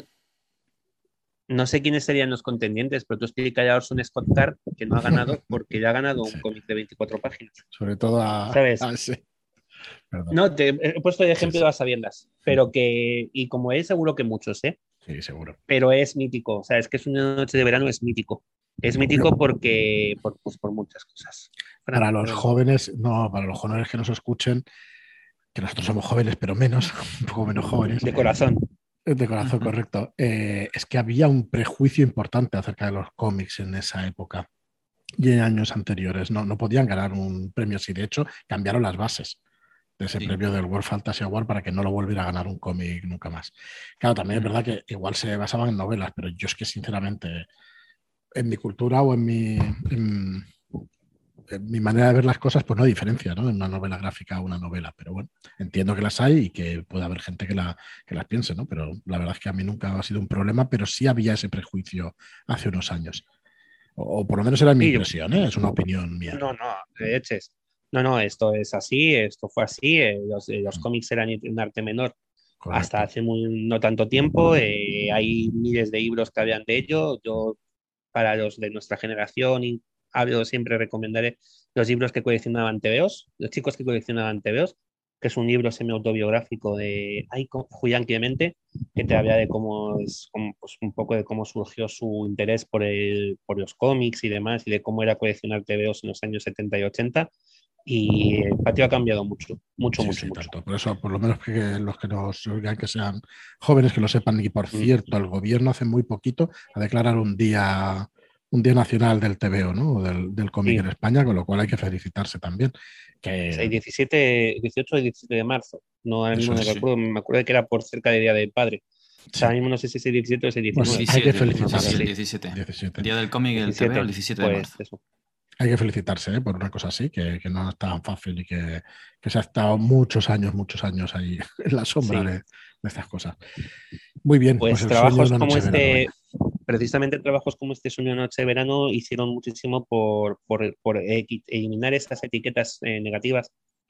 no sé quiénes serían los contendientes, pero tú explica a Orson Scott Card que no ha ganado porque ya ha ganado sí. un cómic de veinticuatro páginas. Sobre todo a... ¿Sabes? Ah, sí. No, te he puesto de ejemplo sí, sí. a sabiendas, pero que, y como él seguro que muchos, ¿eh? Sí, seguro. Pero es mítico, o sea, es que es una noche de verano, es mítico. Es mítico porque, por, pues por muchas cosas. Para, para los jóvenes, no, para los jóvenes que nos escuchen, que nosotros somos jóvenes, pero menos, un poco menos jóvenes. De corazón. De corazón, uh-huh. correcto. Eh, es que había un prejuicio importante acerca de los cómics en esa época y en años anteriores. No, no podían ganar un premio así. De hecho, cambiaron las bases de ese sí. premio del World Fantasy Award para que no lo volviera a ganar un cómic nunca más. Claro, también uh-huh. es verdad que igual se basaban en novelas, pero yo es que sinceramente en mi cultura o en mi, en, en mi manera de ver las cosas, pues no hay diferencia, ¿no? En una novela gráfica o una novela, pero bueno, entiendo que las hay y que puede haber gente que, la, que las piense, ¿no? Pero la verdad es que a mí nunca ha sido un problema, pero sí había ese prejuicio hace unos años. O, o por lo menos era mi Sí, impresión, ¿eh? Es una opinión mía. no, no, de hecho es- No, no, esto es así, esto fue así. eh, los, eh, los cómics eran un arte menor hasta Correcto. hace muy, no tanto tiempo. eh, hay miles de libros que hablan de ello. Yo, para los de nuestra generación, y hablo, siempre recomendaré los libros que coleccionaban T V Os, los chicos que coleccionaban T V Os, que es un libro semi-autobiográfico de ay, co- Julián Clemente, que te habla de cómo es, cómo, pues, un poco de cómo surgió su interés por, el, por los cómics y demás, y de cómo era coleccionar T V Os en los años setenta y ochenta. Y el patio ha cambiado mucho, mucho, Sí, mucho, sí, mucho. tanto. Por eso, por lo menos que los que nos oigan que sean jóvenes que lo sepan. Y por Mm, cierto, el gobierno hace muy poquito a declarar un día, un día nacional del T V O, ¿no? O del, del cómic en sí, España, con lo cual hay que felicitarse también. es el Que diecisiete, dieciocho y diecisiete de marzo. No, ahora eso mismo no es. Sí. recuerdo, me acuerdo que era por cerca del Día del Padre. O sea, Sí. ahora mismo no sé si es el diecisiete o es el Pues diecinueve, Sí, sí, hay que es el, una sí, cosa sí, el felicitarse. así. diecisiete. diecisiete. Día del cómic y el T V O el diecisiete, diecisiete de pues marzo. eso. Hay que felicitarse, ¿eh? Por una cosa así, que, que no es tan fácil y que, que se ha estado muchos años, muchos años ahí en la sombra de, Sí, de estas cosas. Muy bien, pues pues el sueño de trabajos una como noche de verano, este, venga. precisamente trabajos como este Sueño de Noche de Verano hicieron muchísimo por, por, por equi- eliminar esas etiquetas eh, negativas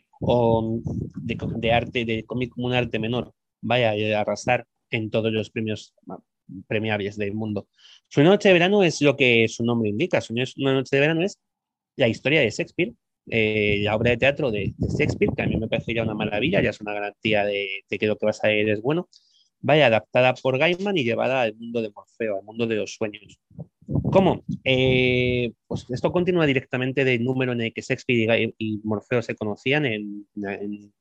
o de, de arte, de cómic como un arte menor. Vaya, y arrasar en todos los premios ah, premiables del mundo. Sueño de Noche de Verano es lo que su nombre indica. Sueño de una Noche de Verano es la historia de Shakespeare, eh, la obra de teatro de, de, Shakespeare, que a mí me parece ya una maravilla, ya es una garantía de, de que lo que vas a ver es bueno, vaya adaptada por Gaiman y llevada al mundo de Morfeo, al mundo de los sueños. ¿Cómo? Eh, pues esto continúa directamente del número en el que Shakespeare y, y Morfeo se conocían en, en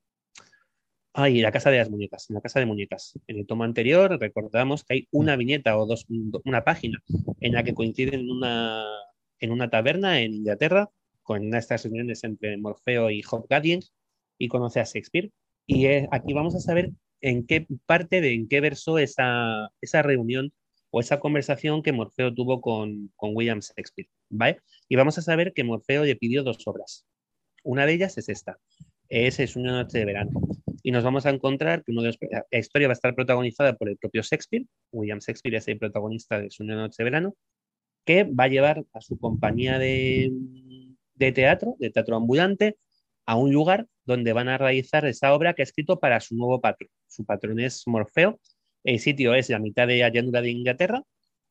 ay, la casa de las muñecas, en la casa de muñecas. En el tomo anterior recordamos que hay una viñeta o dos, una página en la que coinciden en una, en una taberna en Inglaterra, con una de estas reuniones entre Morfeo y Hobgoblin, y conoce a Shakespeare. Y eh, aquí vamos a saber en qué parte, de en qué verso esa, esa reunión o esa conversación que Morfeo tuvo con, con William Shakespeare, ¿vale? Y vamos a saber que Morfeo le pidió dos obras. Una de ellas es esta, es, es una noche de verano. Y nos vamos a encontrar que uno de los, la historia va a estar protagonizada por el propio Shakespeare. William Shakespeare es el protagonista de Una noche de verano, que va a llevar a su compañía de, de teatro, de teatro ambulante, a un lugar donde van a realizar esa obra que ha escrito para su nuevo patrón. Su patrón es Morfeo. El sitio es la mitad de la llanura de Inglaterra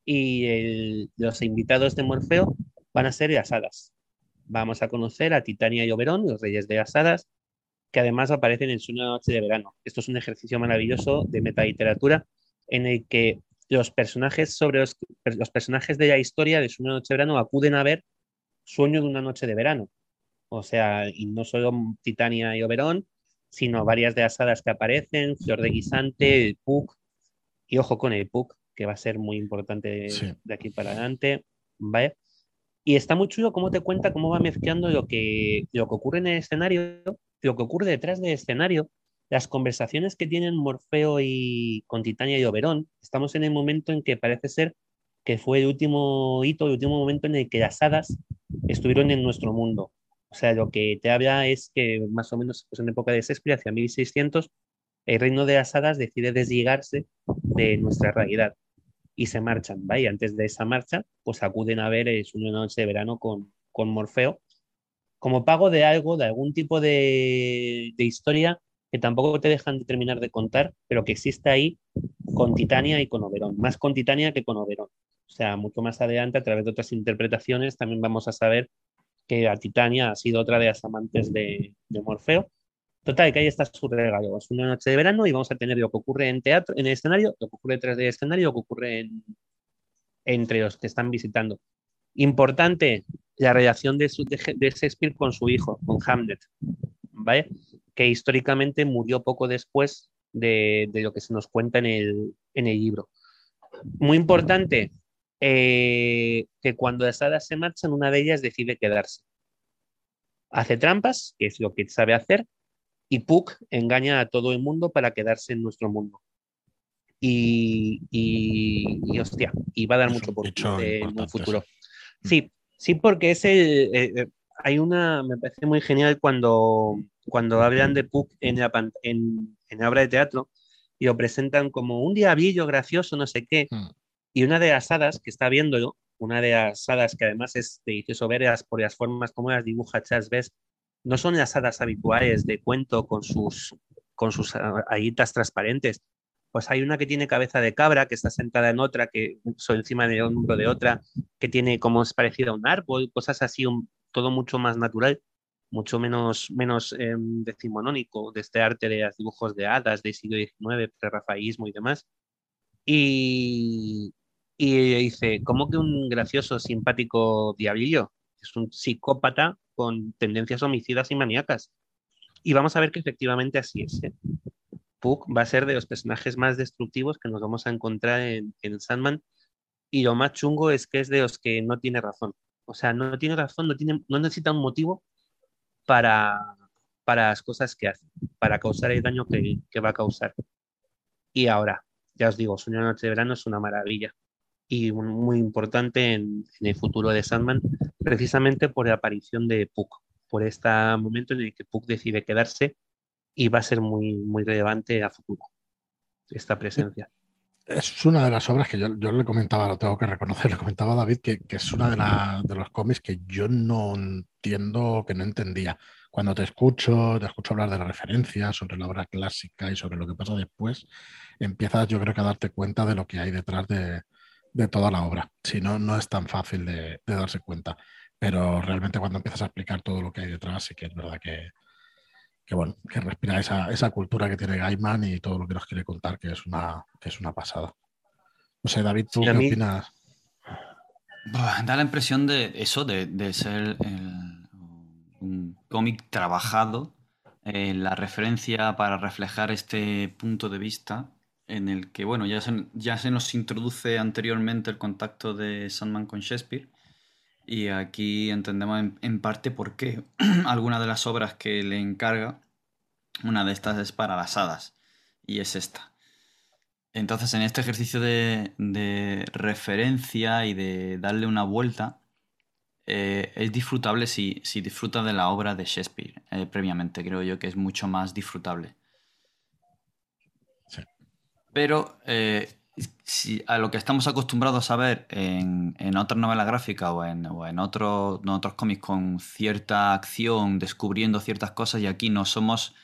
y el, los invitados de Morfeo van a ser las hadas. Vamos a conocer a Titania y Oberón, los reyes de las hadas, que además aparecen en Una noche de verano. Esto es un ejercicio maravilloso de metaliteratura en el que los personajes sobre los, los personajes de la historia de Una noche de verano acuden a ver Sueño de una noche de verano. O sea, y no solo Titania y Oberón, sino varias de las hadas que aparecen, Flor de Guisante, el Puck, y ojo con el Puck, que va a ser muy importante Sí. de aquí para adelante, ¿vale? Y está muy chulo cómo te cuenta, cómo va mezclando lo que, lo que ocurre en el escenario, lo que ocurre detrás del escenario, las conversaciones que tienen Morfeo y con Titania y Oberón. Estamos en el momento en que parece ser que fue el último hito, el último momento en el que las hadas estuvieron en nuestro mundo. O sea, lo que te habla es que más o menos pues, en época de Shakespeare, hacia mil seiscientos, el reino de las hadas decide desligarse de nuestra realidad y se marchan, ¿vale? Y antes de esa marcha, pues acuden a ver Es una noche de verano con, con Morfeo, como pago de algo, de algún tipo de, de historia que tampoco te dejan de terminar de contar, pero que existe ahí con Titania y con Oberón, más con Titania que con Oberón. O sea, mucho más adelante, a través de otras interpretaciones, también vamos a saber que a Titania ha sido otra de las amantes de, de Morfeo. Total, que ahí está su regalo. Es una noche de verano y vamos a tener lo que ocurre en teatro, en el escenario, lo que ocurre detrás del escenario, lo que ocurre en, entre los que están visitando. Importante, la relación de, su, de, de Shakespeare con su hijo, con Hamlet, ¿vale? Que históricamente murió poco después de, de lo que se nos cuenta en el, en el libro. Muy importante, eh, que cuando las hadas se marchan, una de ellas decide quedarse. Hace trampas, que es lo que sabe hacer, y Puck engaña a todo el mundo para quedarse en nuestro mundo. Y, y, y hostia, y va a dar Es mucho un por culo hecho en un importante, sí. futuro. Sí, sí, porque es el, eh, hay una, me parece muy genial cuando, cuando hablan de Puck en la, en, en la obra de teatro y lo presentan como un diablillo gracioso, no sé qué, Mm. y una de las hadas que está viéndolo, una de las hadas que además es delicioso verlas por las formas como las dibuja Charles Best, no son las hadas habituales de cuento con sus, con sus alitas transparentes. Pues hay una que tiene cabeza de cabra, que está sentada en otra, que sobre encima del hombro de otra, que tiene como es parecido a un árbol, cosas así, un, todo mucho más natural, mucho menos, menos eh, decimonónico de este arte de los dibujos de hadas del siglo diecinueve, prerrafaísmo y demás. Y, y dice, ¿cómo que un gracioso, simpático diablillo? Es un psicópata con tendencias homicidas y maníacas. Y vamos a ver que efectivamente así es, ¿eh? Puck va a ser de los personajes más destructivos que nos vamos a encontrar en, en Sandman. Y lo más chungo es que es de los que no tiene razón. O sea, no tiene razón, no, tiene, no necesita un motivo para, para las cosas que hace, para causar el daño que, que va a causar. Y ahora, ya os digo, Sueño de Noche de Verano es una maravilla y un- muy importante en, en el futuro de Sandman, precisamente por la aparición de Puck, por este momento en el que Puck decide quedarse y va a ser muy, muy relevante a futuro esta presencia. Es una de las obras que yo, yo le comentaba, lo tengo que reconocer, le comentaba a David que, que es una de, la- de los cómics que yo no entiendo, que no entendía. Cuando te escucho, te escucho hablar de la referencia sobre la obra clásica y sobre lo que pasa después, empiezas yo creo que a darte cuenta de lo que hay detrás de, de toda la obra. Si no, no es tan fácil de, de darse cuenta. Pero realmente cuando empiezas a explicar todo lo que hay detrás, sí que es verdad que, que bueno, que respira esa, esa cultura que tiene Gaiman y todo lo que nos quiere contar, que es una, que es una pasada. No sé, David, ¿tú Sí, a qué mí, opinas? Buah, da la impresión de eso, de, de ser el- un cómic trabajado, eh, la referencia para reflejar este punto de vista en el que, bueno, ya se, ya se nos introduce anteriormente el contacto de Sandman con Shakespeare y aquí entendemos en, en parte por qué alguna de las obras que le encarga, una de estas es para las hadas y es esta. Entonces, en este ejercicio de, de referencia y de darle una vuelta, eh, es disfrutable si, si disfrutas de la obra de Shakespeare eh, previamente. Creo yo que es mucho más disfrutable. Sí. Pero eh, si a lo que estamos acostumbrados a ver en, en otras novelas gráficas o en, o en, otros en otros cómics con cierta acción, descubriendo ciertas cosas, y aquí no somos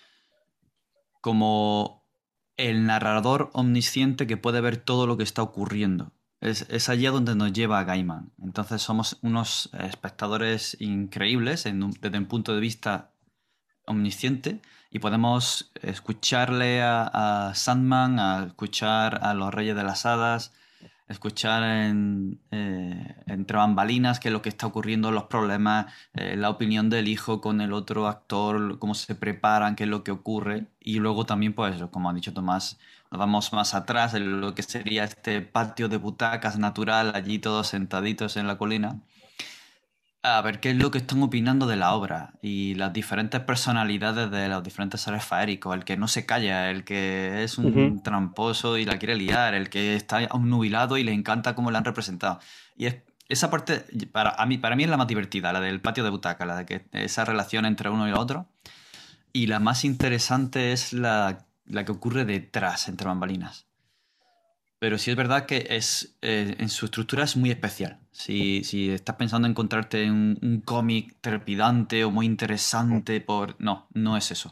como el narrador omnisciente que puede ver todo lo que está ocurriendo. Es, es allí a donde nos lleva Gaiman. Entonces somos unos espectadores increíbles en un- desde un punto de vista omnisciente y podemos escucharle a, a Sandman, a escuchar a los Reyes de las Hadas, escuchar en, eh, entre bambalinas qué es lo que está ocurriendo, los problemas, eh, la opinión del hijo con el otro actor, cómo se preparan, qué es lo que ocurre. Y luego también, pues, como ha dicho Tomás, nos vamos más atrás en lo que sería este patio de butacas natural, allí todos sentaditos en la colina. A ver qué es lo que están opinando de la obra y las diferentes personalidades de los diferentes seres faéricos. El que no se calla, el que es uh-huh. un tramposo y la quiere liar, el que está nubilado y le encanta cómo la han representado. Y es, esa parte, para, a mí, para mí es la más divertida, la del patio de butaca, la de que esa relación entre uno y el otro. Y la más interesante es la, la que ocurre detrás, entre bambalinas. Pero sí es verdad que es, eh, en su estructura es muy especial. Si, si estás pensando en encontrarte un, un cómic trepidante o muy interesante por... No, no es eso.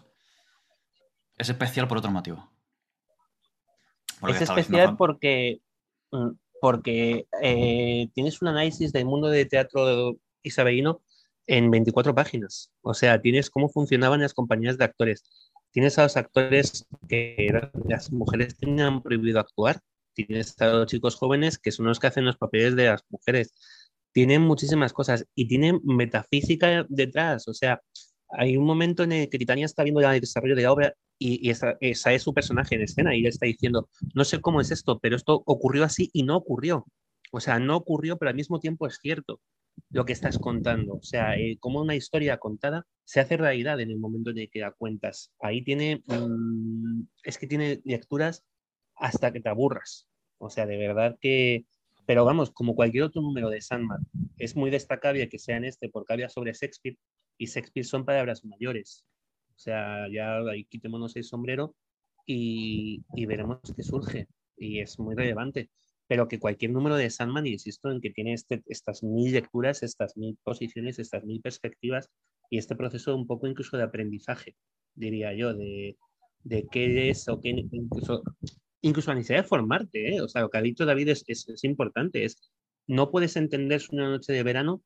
Es especial por otro motivo. Por lo que Es estaba diciendo especial Juan. porque, mm, porque eh, tienes un análisis del mundo de teatro isabelino en veinticuatro páginas. O sea, tienes cómo funcionaban las compañías de actores. Tienes a los actores que eran- las mujeres tenían prohibido actuar. Tienes a los chicos jóvenes que son los que hacen los papeles de las mujeres. Tienen muchísimas cosas y tienen metafísica detrás. O sea, hay un momento en el que Titania está viendo el desarrollo de la obra y, y esa, esa es su personaje en escena y él está diciendo, no sé cómo es esto, pero esto ocurrió así y no ocurrió. O sea, no ocurrió, pero al mismo tiempo es cierto lo que estás contando. O sea, eh, como una historia contada se hace realidad en el momento en el que la cuentas. Ahí tiene, mmm, es que tiene lecturas hasta que te aburras. O sea, de verdad que, pero vamos, como cualquier otro número de Sandman, es muy destacable que sea en este porque habla sobre Shakespeare y Shakespeare son palabras mayores. O sea, ya ahí quitémonos el sombrero y, y veremos qué surge. Y es muy relevante. pero que cualquier número de Sandman, insisto en que tiene este, estas mil lecturas, estas mil posiciones, estas mil perspectivas y este proceso un poco incluso de aprendizaje, diría yo, de, de qué es o qué incluso, incluso la necesidad de formarte, ¿eh? O sea, lo que ha dicho David es, es, es importante, es no puedes entender Una noche de verano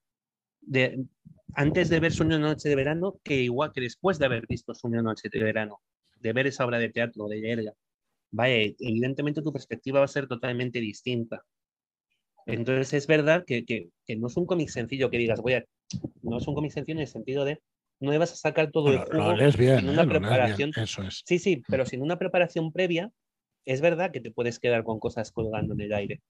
de, antes de ver Sueño de Noche de Verano que igual que después de haber visto Sueño de Noche de Verano, de ver esa obra de teatro, de leerla. Vaya, evidentemente tu perspectiva va a ser totalmente distinta. Entonces es verdad que, que, que no es un cómic sencillo que digas, voy a... No es un cómic sencillo en el sentido de no le vas a sacar todo Bueno, el jugo lo lees bien, sin ¿eh? una Lo preparación. lees bien, eso es. Sí, sí, pero sin una preparación previa, es verdad que te puedes quedar con cosas colgando en el aire.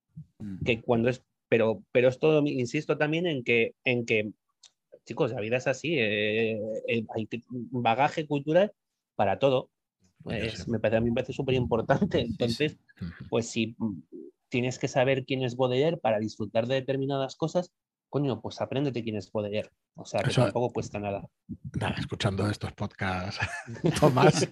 Que cuando es... Pero, pero esto, insisto también en que, en que chicos, la vida es así, eh, eh, hay bagaje cultural para todo. Pues, sí. me parece, a mí me parece súper importante. Entonces, sí, sí. pues si tienes que saber quién es Baudelaire para disfrutar de determinadas cosas, coño, pues apréndete quién es Baudelaire. O sea, que Eso, tampoco cuesta nada. Nada, escuchando estos podcasts, Tomás,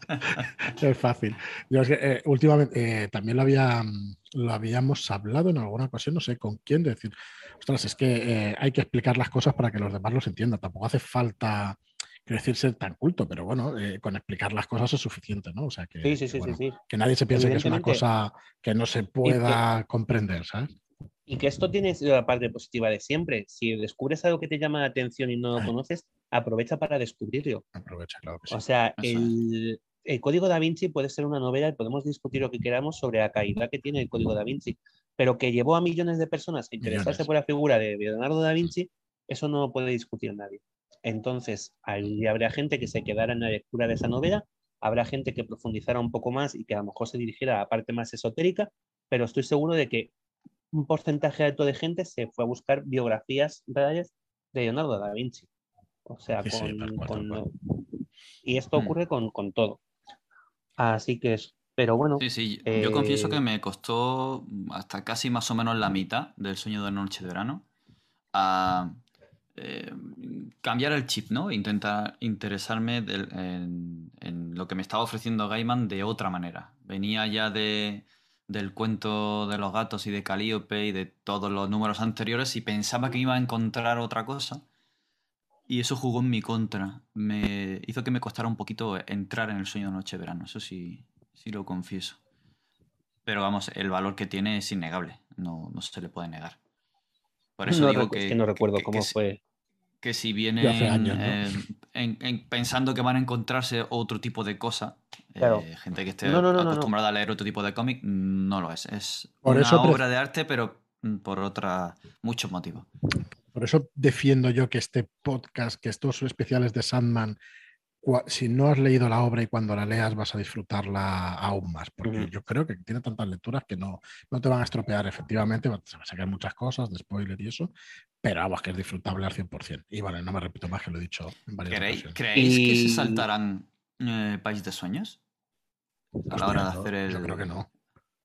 es fácil. Yo es que, eh, últimamente eh, también lo, había, lo habíamos hablado en alguna ocasión, no sé con quién, de decir, ostras, es que eh, hay que explicar las cosas para que los demás los entiendan. Tampoco hace falta, quiero decir, ser tan culto, pero bueno, eh, con explicar las cosas es suficiente, ¿no? O sea, que, sí, sí, que, sí, bueno, sí, sí. que nadie se piense que es una cosa que no se pueda que, comprender, ¿sabes? Y que esto tiene la parte positiva de siempre. Si descubres algo que te llama la atención y no lo Ay. conoces, aprovecha para descubrirlo. Aprovecha, claro que sí. O sea, el, el Código Da Vinci puede ser una novela y podemos discutir lo que queramos sobre la calidad que tiene el Código Da Vinci, pero que llevó a millones de personas a interesarse millones. por la figura de Leonardo da Vinci, eso no lo puede discutir nadie. Entonces, ahí habrá gente que se quedara en la lectura de esa novela, habrá gente que profundizara un poco más y que a lo mejor se dirigiera a la parte más esotérica, pero estoy seguro de que un porcentaje alto de gente se fue a buscar biografías reales de Leonardo da Vinci. O sea, sí, con, sí, cual, con y esto ocurre mm. con, con todo. Así que es, pero bueno. Sí, sí, eh... yo confieso que me costó hasta casi más o menos la mitad del Sueño de Noche de Verano a eh, cambiar el chip, ¿no? Intentar interesarme del, en, en lo que me estaba ofreciendo Gaiman de otra manera. Venía ya de, del cuento de los gatos y de Calíope y de todos los números anteriores y pensaba que iba a encontrar otra cosa. Y eso jugó en mi contra. Me hizo que me costara un poquito entrar en el Sueño de Noche de Verano. Eso sí, sí lo confieso. Pero vamos, el valor que tiene es innegable. No, no se le puede negar. Por eso no digo que, que... Es que no recuerdo que, cómo que, fue. Que si vienen hace años, ¿no? eh, en, en, pensando que van a encontrarse otro tipo de cosa, claro. eh, gente que esté no, no, no, acostumbrada no, no. a leer otro tipo de cómic, no lo es. Es por una eso obra de arte, pero por otra, muchos motivos. Por eso defiendo yo que este podcast, que estos especiales de Sandman, si no has leído la obra y cuando la leas vas a disfrutarla aún más, porque uh-huh. yo creo que tiene tantas lecturas que no, no te van a estropear, efectivamente, se van a sacar muchas cosas de spoiler y eso, pero vamos, que es disfrutable al cien por ciento. Y vale, no me repito más, que lo he dicho en varias ¿Creéis, ocasiones. ¿Creéis y... que se saltarán eh, País de Sueños? A la hora de yo, hacer el... Yo creo que no.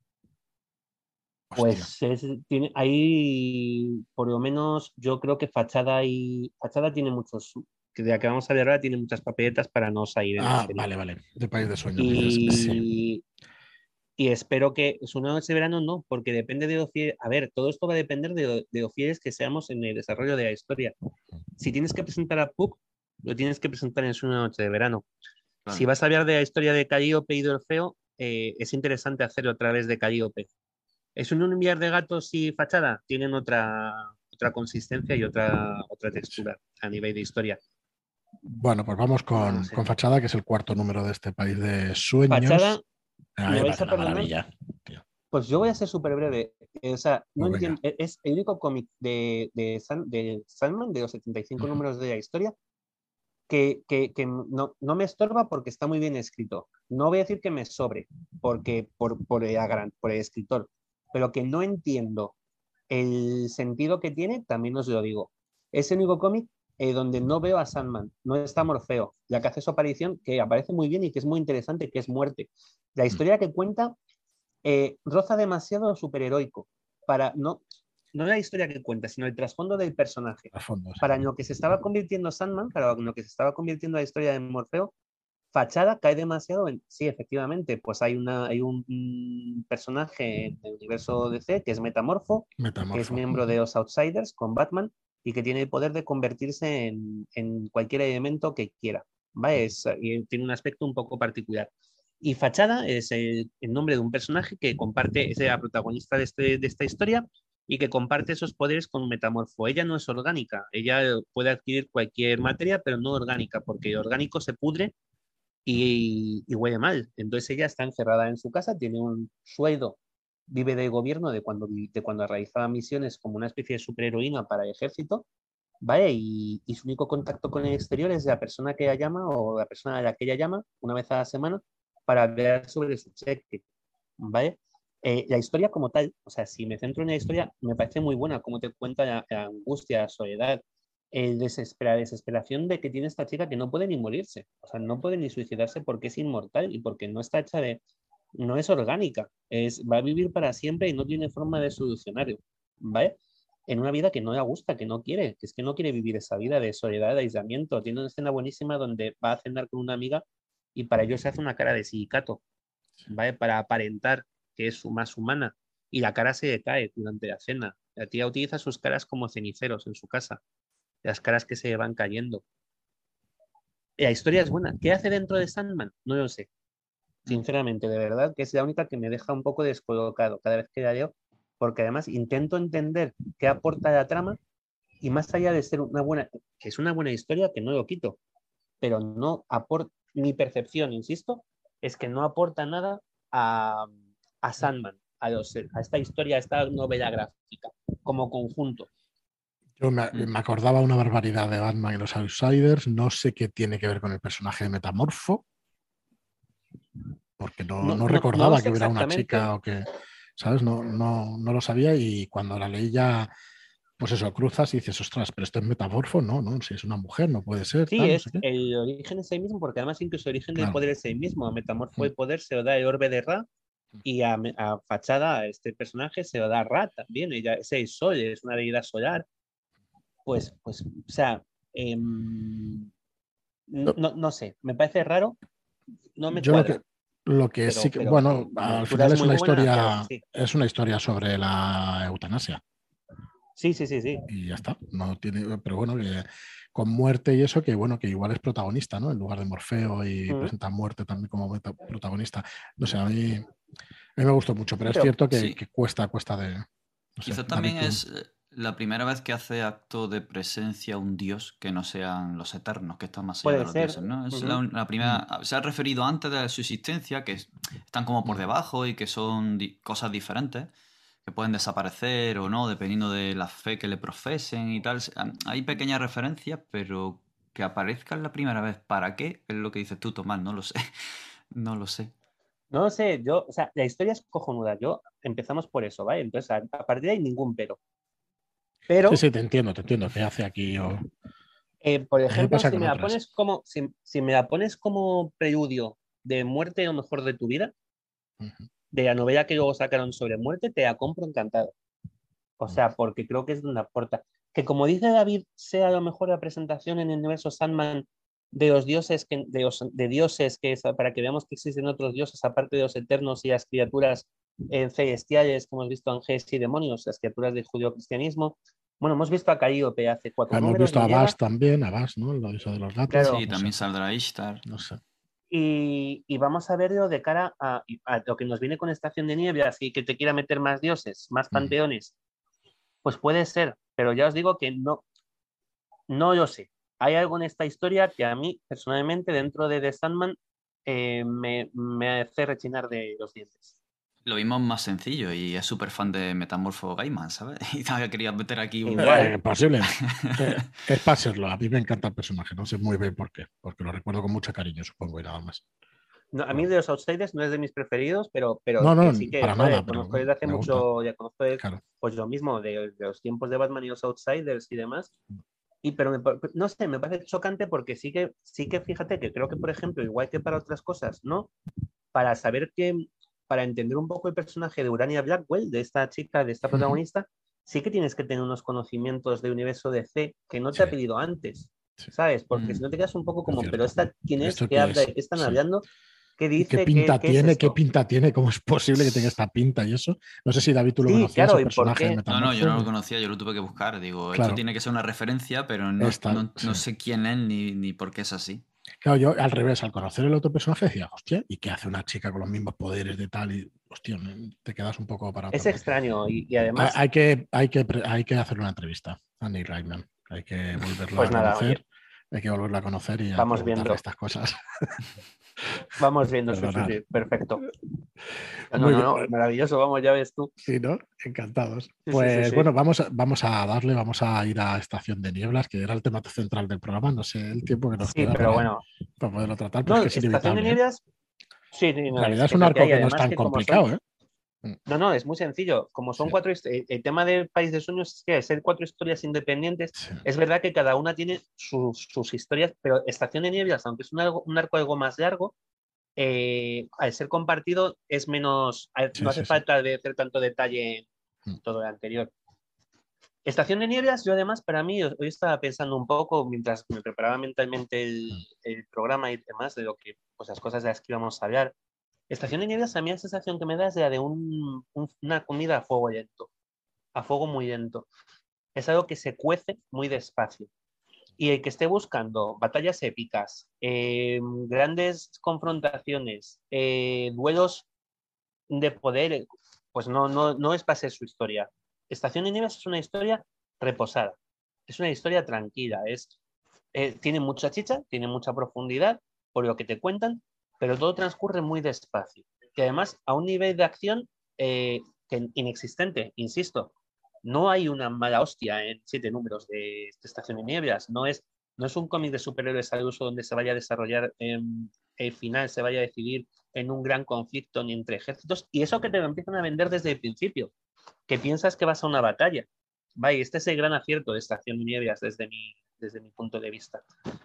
Pues es, tiene, ahí, por lo menos, yo creo que Fachada y Fachada tiene muchos, que de la que vamos a hablar ahora tiene muchas papeletas para no salir en Ah, serie. vale, vale. De País de Sueños, y, dices, sí. Y espero que es una noche de verano, no, porque depende de lo fieles. A ver, todo esto va a depender de lo, de lo fieles que seamos en el desarrollo de la historia. Si tienes que presentar a Puck, lo tienes que presentar en una noche de verano. Claro. Si vas a hablar de la historia de Calíope y de Orfeo, eh, es interesante hacerlo a través de Calíope. ¿Es un enviar de gatos y Fachada? Tienen otra, otra consistencia y otra, otra textura a nivel de historia. Bueno, pues vamos con, no sé. con Fachada, que es el cuarto número de este País de Sueños. Fachada, Ay, me vais a perdonar. Maravilla, tío. Pues yo voy a ser súper breve. O sea, no pues entiendo. Es el único cómic de, de, San, de Sandman, de los setenta y cinco uh-huh. números de la historia, que, que, que no, no me estorba porque está muy bien escrito. No voy a decir que me sobre, porque por, por, el, por el escritor, pero que no entiendo el sentido que tiene, también os lo digo. Es el único cómic eh, donde no veo a Sandman, no está Morfeo, ya que hace su aparición, que aparece muy bien y que es muy interesante, que es Muerte. La historia que cuenta eh, roza demasiado superheroico para no, no la historia que cuenta, sino el trasfondo del personaje. Fondo, sí. Para lo que se estaba convirtiendo Sandman, para lo que se estaba convirtiendo la historia de Morfeo, Fachada cae demasiado en... Sí, efectivamente, pues hay, una, hay un, un personaje en el universo D C que es Metamorfo, que es Metamorfo. miembro de los Outsiders con Batman y que tiene el poder de convertirse en, en cualquier elemento que quiera, ¿vale? Es, y tiene un aspecto un poco particular. Y Fachada es el, el nombre de un personaje que comparte, es la protagonista de, este, de esta historia y que comparte esos poderes con Metamorfo. Ella no es orgánica, ella puede adquirir cualquier materia, pero no orgánica, porque el orgánico se pudre y, y huele mal. Entonces ella está encerrada en su casa, tiene un sueldo, vive del gobierno de cuando, de cuando realizaba misiones como una especie de superheroína para el ejército, ¿vale? Y, y su único contacto con el exterior es la persona que ella llama o la persona a la que ella llama una vez a la semana para hablar sobre su cheque, ¿vale? Eh, la historia como tal, o sea, si me centro en la historia, me parece muy buena, como te cuenta la, la angustia, la soledad, el desespera, desesperación de que tiene esta chica que no puede ni morirse, o sea, no puede ni suicidarse porque es inmortal y porque no está hecha de, no es orgánica, es, va a vivir para siempre y no tiene forma de solucionarlo, ¿vale? En una vida que no le gusta, que no quiere, que es que no quiere vivir esa vida de soledad, de aislamiento. Tiene una escena buenísima donde va a cenar con una amiga y para ello se hace una cara de silicato, ¿vale? Para aparentar que es más humana y la cara se decae durante la cena. La tía utiliza sus caras como ceniceros en su casa, las caras que se van cayendo. La historia es buena. ¿Qué hace dentro de Sandman? No lo sé. Sinceramente, de verdad, que es la única que me deja un poco descolocado cada vez que la leo, porque además intento entender qué aporta la trama y más allá de ser una buena, que es una buena historia, que no lo quito, pero no aporta, mi percepción, insisto, es que no aporta nada a, a Sandman, a, los, a esta historia, a esta novela gráfica, como conjunto. Yo me, me, acordaba una barbaridad de Batman y los Outsiders. No sé qué tiene que ver con el personaje de Metamorfo, porque no, no, no recordaba no, no que hubiera una chica o que, ¿sabes? No, no, no lo sabía y cuando la leí ya, pues eso, cruzas y dices, ostras, pero esto es Metamorfo, no, no, si es una mujer, no puede ser. Sí, tal, es no sé qué. el origen es el mismo, porque además incluso el origen claro. del poder es el mismo. A Metamorfo el poder se lo da el orbe de Ra y a, a Fachada, a este personaje, se lo da Ra también. Ella es el sol, es una deidad solar. Pues, pues, o sea, eh, no, no sé, me parece raro, no me Yo cuadra. Lo que, lo que pero, sí que, pero, bueno, al final es una historia, sí. es una historia sobre la eutanasia. Sí, sí, sí, sí. Y ya está. No tiene, pero bueno, que con muerte y eso, que bueno, que igual es protagonista, ¿no? En lugar de Morfeo y mm. presenta muerte también como protagonista. No sé, a mí, a mí me gustó mucho, pero, pero es cierto que, sí. que cuesta, cuesta de. No sé, Quizá también es la primera vez que hace acto de presencia un dios que no sean los eternos, que están más allá de los ser. dioses, ¿no? Es uh-huh. la, la, primera. Uh-huh. Se ha referido antes de su existencia, que están como por debajo y que son di- cosas diferentes, que pueden desaparecer o no, dependiendo de la fe que le profesen y tal. Hay pequeñas referencias, pero que aparezcan la primera vez, ¿para qué? Es lo que dices tú, Tomás, no lo sé. No lo sé. No lo sé, yo, o sea, la historia es cojonuda. Yo empezamos por eso, ¿vale? Entonces, a, a partir de ahí ningún pero. Pero. Sí, sí, te entiendo, te entiendo. ¿Qué hace aquí? O... Eh, por ejemplo, si me, la pones como, si, si me la pones como preludio de muerte o mejor de tu vida, uh-huh. de la novela que luego sacaron sobre muerte, te la compro encantado. O sea, porque creo que es una aporta. Que como dice David, sea a lo mejor la presentación en el universo Sandman de los dioses, que, de, los, de dioses, que es para que veamos que existen otros dioses, aparte de los eternos y las criaturas eh, celestiales, que hemos visto ángeles y demonios, las criaturas del judeocristianismo. Bueno, hemos visto a Caríope hace cuatro hemos números. Hemos visto a Abbas también, Abbas, ¿no? Lo hizo de los gatos. Claro, sí, no también sé. saldrá Ishtar. No sé. Y, y vamos a verlo de cara a, a lo que nos viene con Estación de Nieve, así que te quiera meter más dioses, más panteones. Mm. Pues puede ser, pero ya os digo que no, no lo sé. Hay algo en esta historia que a mí, personalmente, dentro de The Sandman, eh, me, me hace rechinar de los dientes. Lo vimos más sencillo y es súper fan de Metamorfo Gaiman, ¿sabes? Y todavía quería meter aquí un... Igual. Eh, posible. eh, es para serlo. A mí me encanta el personaje, no sé muy bien por qué, porque lo recuerdo con mucho cariño, supongo, y nada más. No, a mí de los Outsiders no es de mis preferidos, pero, pero no, no, que sí que para joder, nada, conozco pero desde hace mucho, gusta. ya conozco de, claro. pues lo mismo de, de los tiempos de Batman y los Outsiders y demás. Y pero me, no sé, me parece chocante porque sí que, sí que fíjate que creo que, por ejemplo, igual que para otras cosas, ¿no? Para saber que, para entender un poco el personaje de Urania Blackwell, de esta chica, de esta protagonista, uh-huh. sí que tienes que tener unos conocimientos de universo D C que no te sí. ha pedido antes. sí. ¿Sabes? Porque mm. si no te quedas un poco como, pero esta, ¿quién es? ¿Qué habla? ¿De qué están sí. hablando? ¿Qué dice? ¿Qué pinta ¿Qué, tiene? qué, ¿Qué pinta tiene? ¿Cómo es posible que tenga esta pinta y eso? No sé si David tú lo sí, conocías, claro, el personaje de No, no, yo no lo conocía, yo lo tuve que buscar. Digo, claro. Esto tiene que ser una referencia, pero no, Esta, no, sí. no sé quién es ni, ni por qué es así. Claro, yo al revés, al conocer el otro personaje decía, hostia, ¿y qué hace una chica con los mismos poderes de tal? Y, hostia, te quedas un poco para Es extraño y, y además... Hay, hay, que, hay, que, hay que hacer una entrevista a Neil Gaiman. Hay que volverla pues nada, a conocer. Oye. Hay que volverla a conocer y a Vamos viendo estas cosas. Vamos viendo, sí, sí, sí, perfecto. No, no, no, maravilloso, vamos, ya ves tú. Sí, ¿no? Encantados. Sí, pues sí, sí, sí. bueno, vamos a, vamos a darle, vamos a ir a Estación de Nieblas, que era el tema central del programa. No sé el tiempo que nos sí, queda pero para, bueno. para poderlo tratar, pero no, es que es Estación inevitable. de Nieblas, ¿eh? Sí, sí, no, en realidad es, es un arco que, que no es tan complicado, son... ¿eh? No, no, es muy sencillo. Como son sí. cuatro, el, el tema del País de Sueños es que ser cuatro historias independientes, sí. es verdad que cada una tiene sus, sus historias, pero Estación de Nieblas, aunque es un, algo, un arco algo más largo, eh, al ser compartido es menos, sí, no hace sí, falta sí. de hacer tanto detalle en todo lo anterior. Estación de Nieblas, yo además, para mí, hoy estaba pensando un poco, mientras me preparaba mentalmente el, el programa y demás, de lo que, pues las cosas de las que íbamos a hablar. Estación de Nieblas, a mí la sensación que me da es la de un, un, una comida a fuego lento, a fuego muy lento. Es algo que se cuece muy despacio. Y el que esté buscando batallas épicas, eh, grandes confrontaciones, eh, duelos de poder, pues no, no, no es para ser su historia. Estación de Nieblas es una historia reposada, es una historia tranquila, es, eh, tiene mucha chicha, tiene mucha profundidad por lo que te cuentan, pero todo transcurre muy despacio. Y además a un nivel de acción eh, que inexistente, insisto. No hay una mala hostia en siete números de, de Estación de Nieblas. No es, no es un cómic de superhéroes al uso donde se vaya a desarrollar eh, el final, se vaya a decidir en un gran conflicto ni entre ejércitos. Y eso que te lo empiezan a vender desde el principio, que piensas que vas a una batalla. Vaya, este es el gran acierto de Estación de Nieblas desde mi, desde mi punto de vista.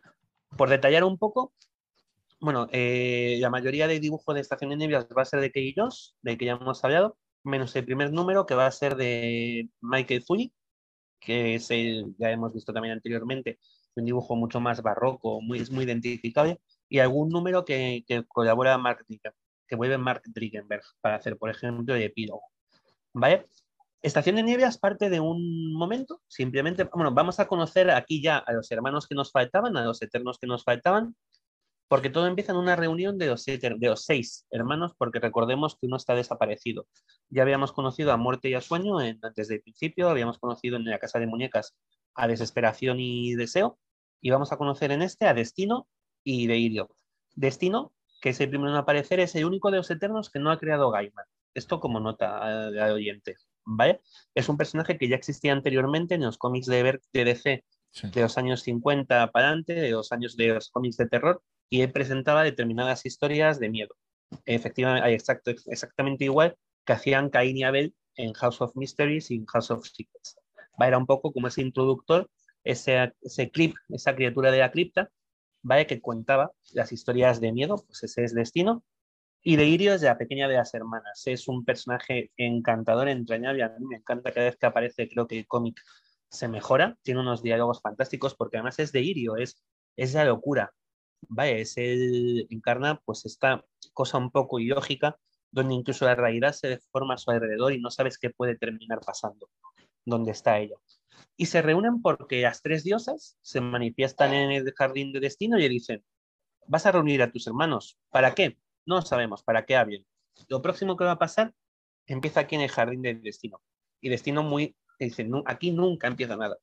Por detallar un poco, bueno, eh, la mayoría del dibujo de Estación de Nieblas va a ser de Kei Jones, del que ya hemos hablado, menos el primer número que va a ser de Michael Fully, que es el, ya hemos visto también anteriormente, un dibujo mucho más barroco, muy, es muy identificable, y algún número que, que colabora Mark Dickenberg, que vuelve Mark Dickenberg para hacer, por ejemplo, el epílogo. ¿Vale? Estación de Nieblas parte de un momento, simplemente, bueno, vamos a conocer aquí ya a los hermanos que nos faltaban, a los eternos que nos faltaban, porque todo empieza en una reunión de los, siete, de los seis hermanos, porque recordemos que uno está desaparecido. Ya habíamos conocido a Muerte y a Sueño en, desde el principio, habíamos conocido en la Casa de Muñecas a Desesperación y Deseo, y vamos a conocer en este a Destino y Delirio. Destino, que es el primero en aparecer, es el único de los Eternos que no ha creado Gaiman. Esto como nota al, al oyente, ¿vale? Es un personaje que ya existía anteriormente en los cómics de, de D C sí. de los años cincuenta para adelante, de los años de los cómics de terror, y él presentaba determinadas historias de miedo. Efectivamente, exacto, exactamente igual que hacían Caín y Abel en House of Mysteries y en House of Secrets. ¿Va? Era un poco como ese introductor, ese, ese clip, esa criatura de la cripta, ¿vale? Que contaba las historias de miedo, pues ese es Destino. Y Delirio es de la pequeña de las hermanas. Es un personaje encantador, entrañable. A mí me encanta cada vez que aparece, creo que el cómic se mejora. Tiene unos diálogos fantásticos porque además es Delirio, es, es la locura. Vaya, es el encarna pues esta cosa un poco ilógica donde incluso la realidad se deforma a su alrededor y no sabes qué puede terminar pasando, dónde está ella. Y se reúnen porque las tres diosas se manifiestan en el jardín de Destino y le dicen, vas a reunir a tus hermanos, ¿para qué? No sabemos, ¿para qué hablen? Lo próximo que va a pasar empieza aquí en el jardín de Destino. Y Destino muy dice, no, aquí nunca empieza nada.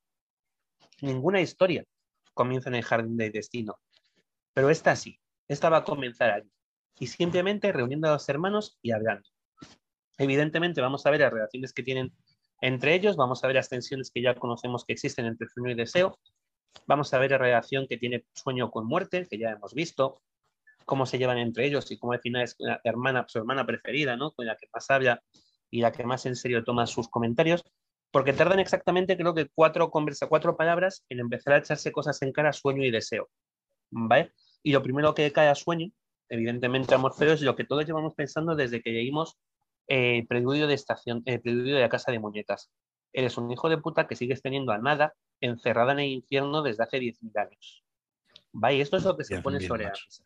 Ninguna historia comienza en el jardín de Destino. Pero esta sí, esta va a comenzar allí. Y simplemente reuniendo a los hermanos y hablando. Evidentemente vamos a ver las relaciones que tienen entre ellos, vamos a ver las tensiones que ya conocemos que existen entre Sueño y Deseo, vamos a ver la relación que tiene Sueño con Muerte, que ya hemos visto, cómo se llevan entre ellos y cómo al final es la hermana, su hermana preferida, ¿no? Con la que más habla y la que más en serio toma sus comentarios, porque tardan exactamente creo que cuatro, conversa, cuatro palabras en empezar a echarse cosas en cara, Sueño y Deseo. ¿Vale? Y lo primero que cae a Sueño, evidentemente a Morfeo, es lo que todos llevamos pensando desde que leímos el eh, preludio de estación, el eh, preludio de la Casa de Muñecas. Eres un hijo de puta que sigues teniendo a Nada, encerrada en el infierno desde hace diez mil años. ¿Vale? Y esto es lo que se pone sobre la mesa.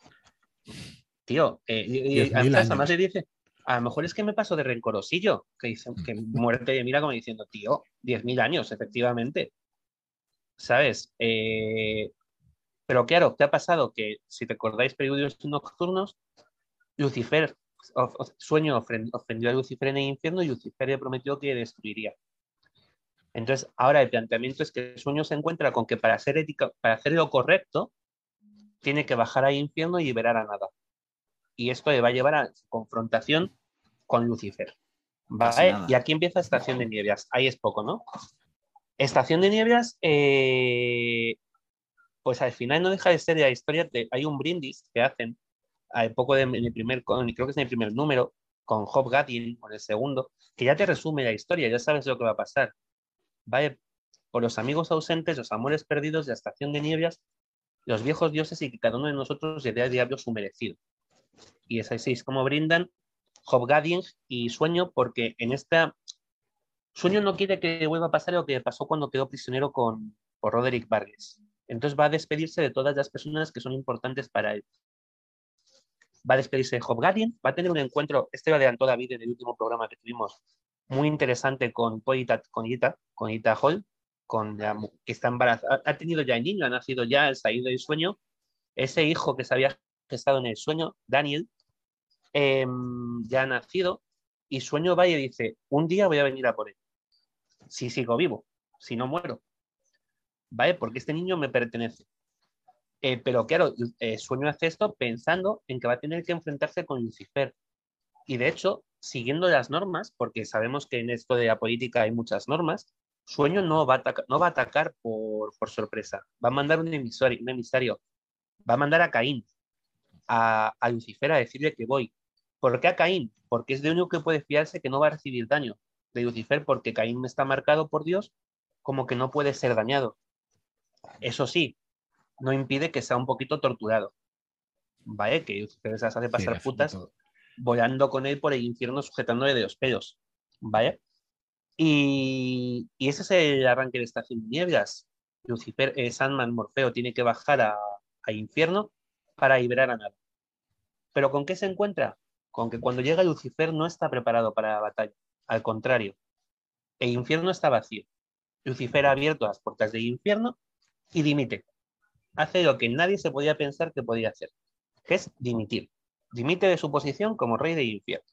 Tío, eh, y, además le dice, a lo mejor es que me paso de rencorosillo, que dice, que muerte de mira como diciendo, tío, diez mil años, efectivamente. ¿Sabes? Eh, pero claro, ¿qué ha pasado? Que si recordáis Preludios Nocturnos, Lucifer, Sueño ofendió a Lucifer en el infierno y Lucifer le prometió que destruiría. Entonces, ahora el planteamiento es que el Sueño se encuentra con que para ser ética, para hacer lo correcto, tiene que bajar al infierno y liberar a Nada. Y esto le va a llevar a confrontación con Lucifer. ¿Vale? Y aquí empieza Estación de Nieves. Ahí es poco, ¿no? Estación de Nieves, eh, pues al final no deja de ser la historia. De, hay un brindis que hacen al poco de, en el primer, creo que es en el primer número, con Hob Gadin, o en el segundo, que ya te resume la historia, ya sabes lo que va a pasar. ¿Vale? Por los amigos ausentes, los amores perdidos, la Estación de Nieves, los viejos dioses y que cada uno de nosotros le dé al diablo su merecido. Y es así, es como brindan Hobgading y Sueño, porque en esta Sueño no quiere que vuelva a pasar lo que pasó cuando quedó prisionero con, con Roderick Vargas. Entonces va a despedirse de todas las personas que son importantes para él. Va a despedirse de Hobgading, va a tener un encuentro, este lo adelantó David en el último programa que tuvimos, muy interesante con Ita, con Ita, con Ita Hall, con la, que está embarazada, ha tenido ya el niño, ha nacido ya, ha salido del sueño. Ese hijo que se había gestado en el sueño, Daniel, Eh, ya ha nacido y Sueño va y dice, un día voy a venir a por él, si sigo vivo, si no muero, ¿vale? Porque este niño me pertenece. Eh, pero claro, eh, Sueño hace esto pensando en que va a tener que enfrentarse con Lucifer. Y de hecho, siguiendo las normas, porque sabemos que en esto de la política hay muchas normas, Sueño no va a, ataca, no va a atacar por, por sorpresa, va a mandar un emisario, un emisario, va a mandar a Caín, a, a Lucifer a decirle que voy. ¿Por qué a Caín? Porque es de único que puede fiarse que no va a recibir daño de Lucifer, porque Caín está marcado por Dios como que no puede ser dañado. Eso sí, no impide que sea un poquito torturado. ¿Vale? Que Lucifer se las hace pasar sí, putas volando con él por el infierno sujetándole de los pelos. ¿Vale? Y, y ese es el arranque de Estación de Nieblas. Lucifer, eh, Sandman, Morfeo tiene que bajar a, a infierno para liberar a Nada. ¿Pero con qué se encuentra? Con que cuando llega Lucifer no está preparado para la batalla. Al contrario, el infierno está vacío. Lucifer ha abierto las puertas del infierno y dimite. Hace lo que nadie se podía pensar que podía hacer, que es dimitir. Dimite de su posición como rey del infierno.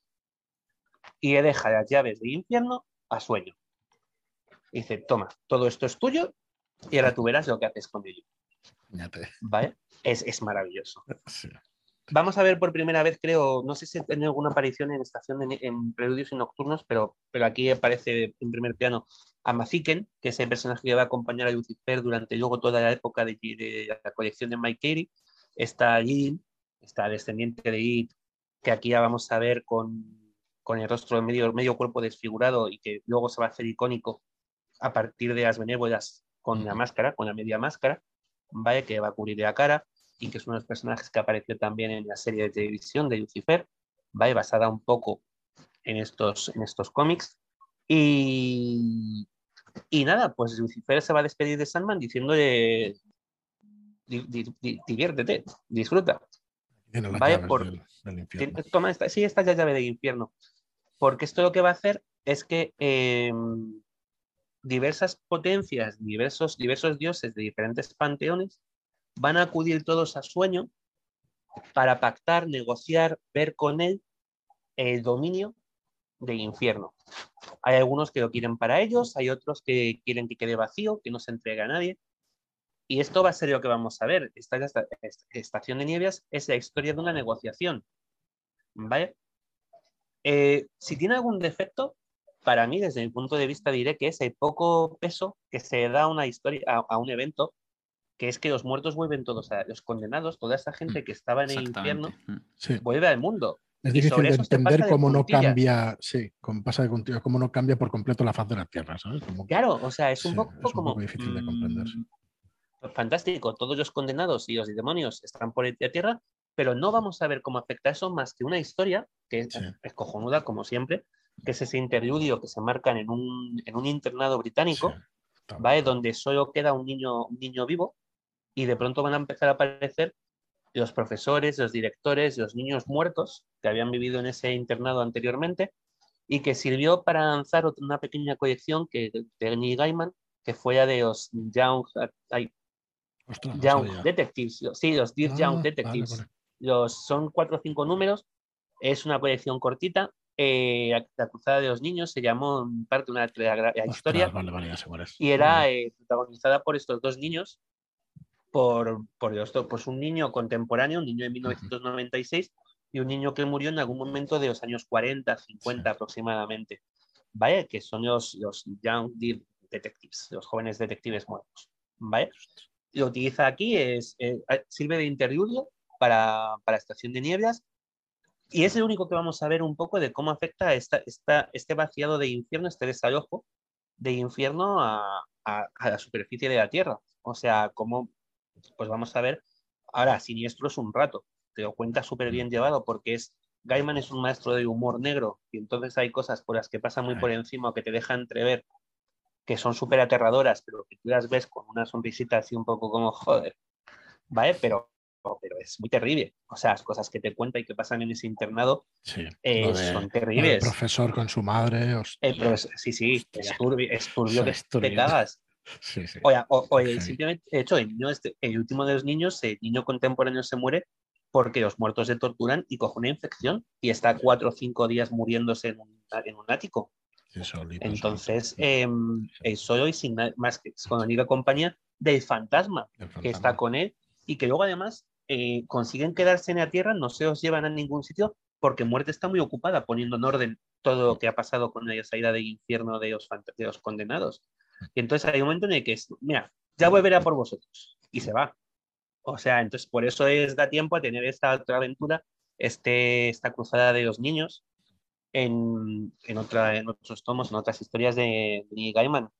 Y le deja las llaves del infierno a Sueño. Dice, toma, todo esto es tuyo y ahora tú verás lo que haces con ello. ¿Vale? Es, es maravilloso. Sí. Vamos a ver por primera vez, creo, no sé si tiene alguna aparición en Estación de, en Preludios y Nocturnos, pero, pero aquí aparece en primer plano a Maziken, que es el personaje que va a acompañar a Lucifer durante luego toda la época de, de la colección de Mike Carey. Está Lilith, está descendiente de Lilith, que aquí ya vamos a ver con, con el rostro medio, medio cuerpo desfigurado y que luego se va a hacer icónico a partir de las benévolas con la máscara, con la media máscara, ¿vale? Que va a cubrir la cara, y que es uno de los personajes que apareció también en la serie de televisión de Lucifer, ¿vale? Basada un poco en estos, en estos cómics. Y, y nada, pues Lucifer se va a despedir de Sandman diciéndole di, di, di, diviértete, disfruta. Tiene las llaves por, del, del infierno. Toma esta, sí, esta es la llave del infierno. Porque esto lo que va a hacer es que eh, diversas potencias, diversos, diversos dioses de diferentes panteones van a acudir todos a Sueño para pactar, negociar, ver con él el dominio del infierno. Hay algunos que lo quieren para ellos, hay otros que quieren que quede vacío, que no se entregue a nadie. Y esto va a ser lo que vamos a ver. Esta, esta, esta Estación de Nieves es la historia de una negociación. ¿Vale? Eh, si tiene algún defecto, para mí, desde mi punto de vista, diré que es el poco peso que se da a una historia, a, a un evento, que es que los muertos vuelven todos, a los condenados, toda esa gente que estaba en el infierno, sí. vuelve al mundo. Es difícil de entender cómo no cambia, sí, cómo pasa de puntillas, cómo no cambia por completo la faz de la Tierra, ¿sabes? Como, claro, o sea, es un sí, poco es un como... poco difícil de comprender. Sí. Fantástico, todos los condenados y los demonios están por la Tierra, pero no vamos a ver cómo afecta eso más que una historia, que es, sí. es cojonuda, como siempre, que es ese interludio que se marcan en un, en un internado británico, sí. ¿vale? Donde solo queda un niño, un niño vivo y de pronto van a empezar a aparecer los profesores, los directores, los niños muertos que habían vivido en ese internado anteriormente y que sirvió para lanzar una pequeña colección que, de Neil Gaiman, que fue la de los Young, ay, Ostras, no Young sabía. Detectives, sí, los Dear Ah, Young vale, Detectives. vale. Los, son cuatro o cinco números, es una colección cortita. Eh, la Cruzada de los Niños se llamó en parte una de la, la historia Ostras, vale, vale, ya sé cuál es. y era eh, protagonizada por estos dos niños, por, por, los, pues un niño contemporáneo, un niño de mil novecientos noventa y seis y un niño que murió en algún momento de los años cuarenta, cincuenta sí. aproximadamente, ¿vale? Que son los, los Young Detectives, los jóvenes detectives muertos, ¿vale? Lo utiliza aquí, es, eh, sirve de interludio para, para Estación de Nieblas y es el único que vamos a ver un poco de cómo afecta esta, esta, este vaciado de infierno, este desalojo de infierno a, a, a la superficie de la Tierra. O sea, cómo, pues vamos a ver, ahora, Siniestro es un rato, te lo cuenta súper bien llevado porque es, Gaiman es un maestro de humor negro y entonces hay cosas por las que pasa muy por encima o que te dejan entrever que son súper aterradoras, pero que tú las ves con una sonrisita así un poco como, joder, ¿vale? Pero, pero es muy terrible. O sea, las cosas que te cuenta y que pasan en ese internado sí, eh, lo de, son terribles. terribles. Lo del profesor con su madre. El profesor, sí, sí, es turbio, es turbio que turbio. te cagas. Sí, sí. Oye, o, o el, simplemente, de hecho, el, niño este, el último de los niños, el niño contemporáneo se muere porque los muertos se torturan y coge una infección y está cuatro o cinco días muriéndose en un, en un ático. Sí, solito, Entonces, solito. Eh, sí. solo y sin nada más que con la única compañía del fantasma, fantasma que está con él y que luego además eh, consiguen quedarse en la tierra, no se los llevan a ningún sitio porque Muerte está muy ocupada poniendo en orden todo lo que ha pasado con la salida del infierno de los, de los condenados. Y entonces hay un momento en el que es, mira, ya volverá por vosotros y se va. O sea, entonces por eso es, da tiempo a tener esta otra aventura, este, esta cruzada de los niños, en, en, otra, en otros tomos, en otras historias de, de Neil Gaiman.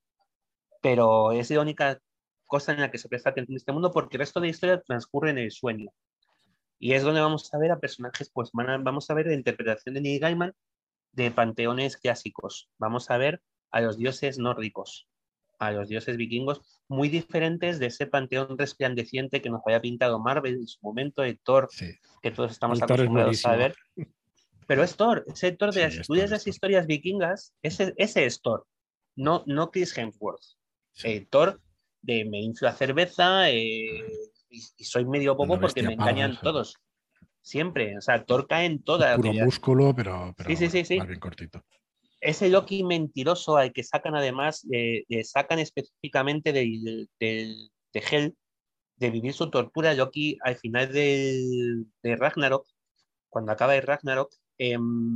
Pero es la única cosa en la que se presta atención en este mundo porque el resto de la historia transcurre en el sueño. Y es donde vamos a ver a personajes, pues van a, vamos a ver la interpretación de Neil Gaiman de panteones clásicos. Vamos a ver a los dioses nórdicos, a los dioses vikingos, muy diferentes de ese panteón resplandeciente que nos había pintado Marvel en su momento, de Thor, sí. que todos estamos acostumbrados a ver. Pero es Thor, ese Thor de sí, las, Thor, las historias vikingas, ese, ese es Thor, no, no Chris Hemsworth. Sí. Eh, Thor de me inflo a cerveza eh, y, y soy medio bobo porque me engañan parda, todos. Siempre, o sea, Thor cae en toda. Puro ya... músculo, pero, pero sí, sí, sí, sí. más bien cortito. Ese Loki mentiroso al que sacan además, eh, eh, sacan específicamente de, de, de Hell, de vivir su tortura. Loki al final de, de Ragnarok, cuando acaba de Ragnarok, eh,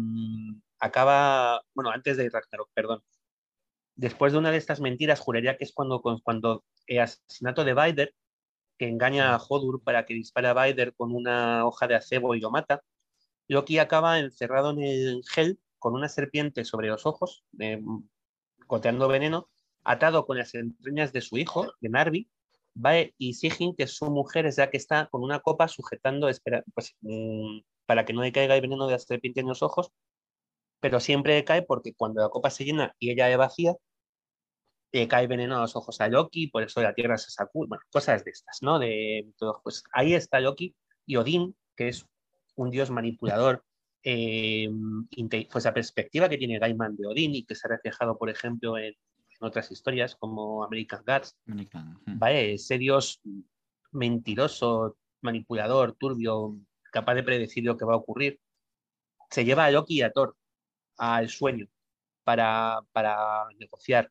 acaba, bueno, antes de Ragnarok, perdón. Después de una de estas mentiras, juraría que es cuando, cuando el asesinato de Baider, que engaña a Hodur para que dispare a Baider con una hoja de acebo y lo mata, Loki acaba encerrado en el Hell con una serpiente sobre los ojos, eh, goteando veneno, atado con las entrañas de su hijo, de Narvi, ¿vale? Y Sigyn, que es su mujer, es la que está con una copa sujetando, espera, pues, mmm, para que no le caiga el veneno de la serpiente en los ojos, pero siempre le cae porque cuando la copa se llena y ella es vacía, le cae veneno a los ojos a Loki, por eso la tierra se sacude, bueno, cosas de estas, ¿no? De todo, pues ahí está Loki y Odín, que es un dios manipulador, eh, pues la perspectiva que tiene Gaiman de Odín y que se ha reflejado, por ejemplo, en, en otras historias como American Gods, American. ¿vale? Ese dios mentiroso, manipulador, turbio, capaz de predecir lo que va a ocurrir, se lleva a Loki y a Thor al sueño para, para negociar.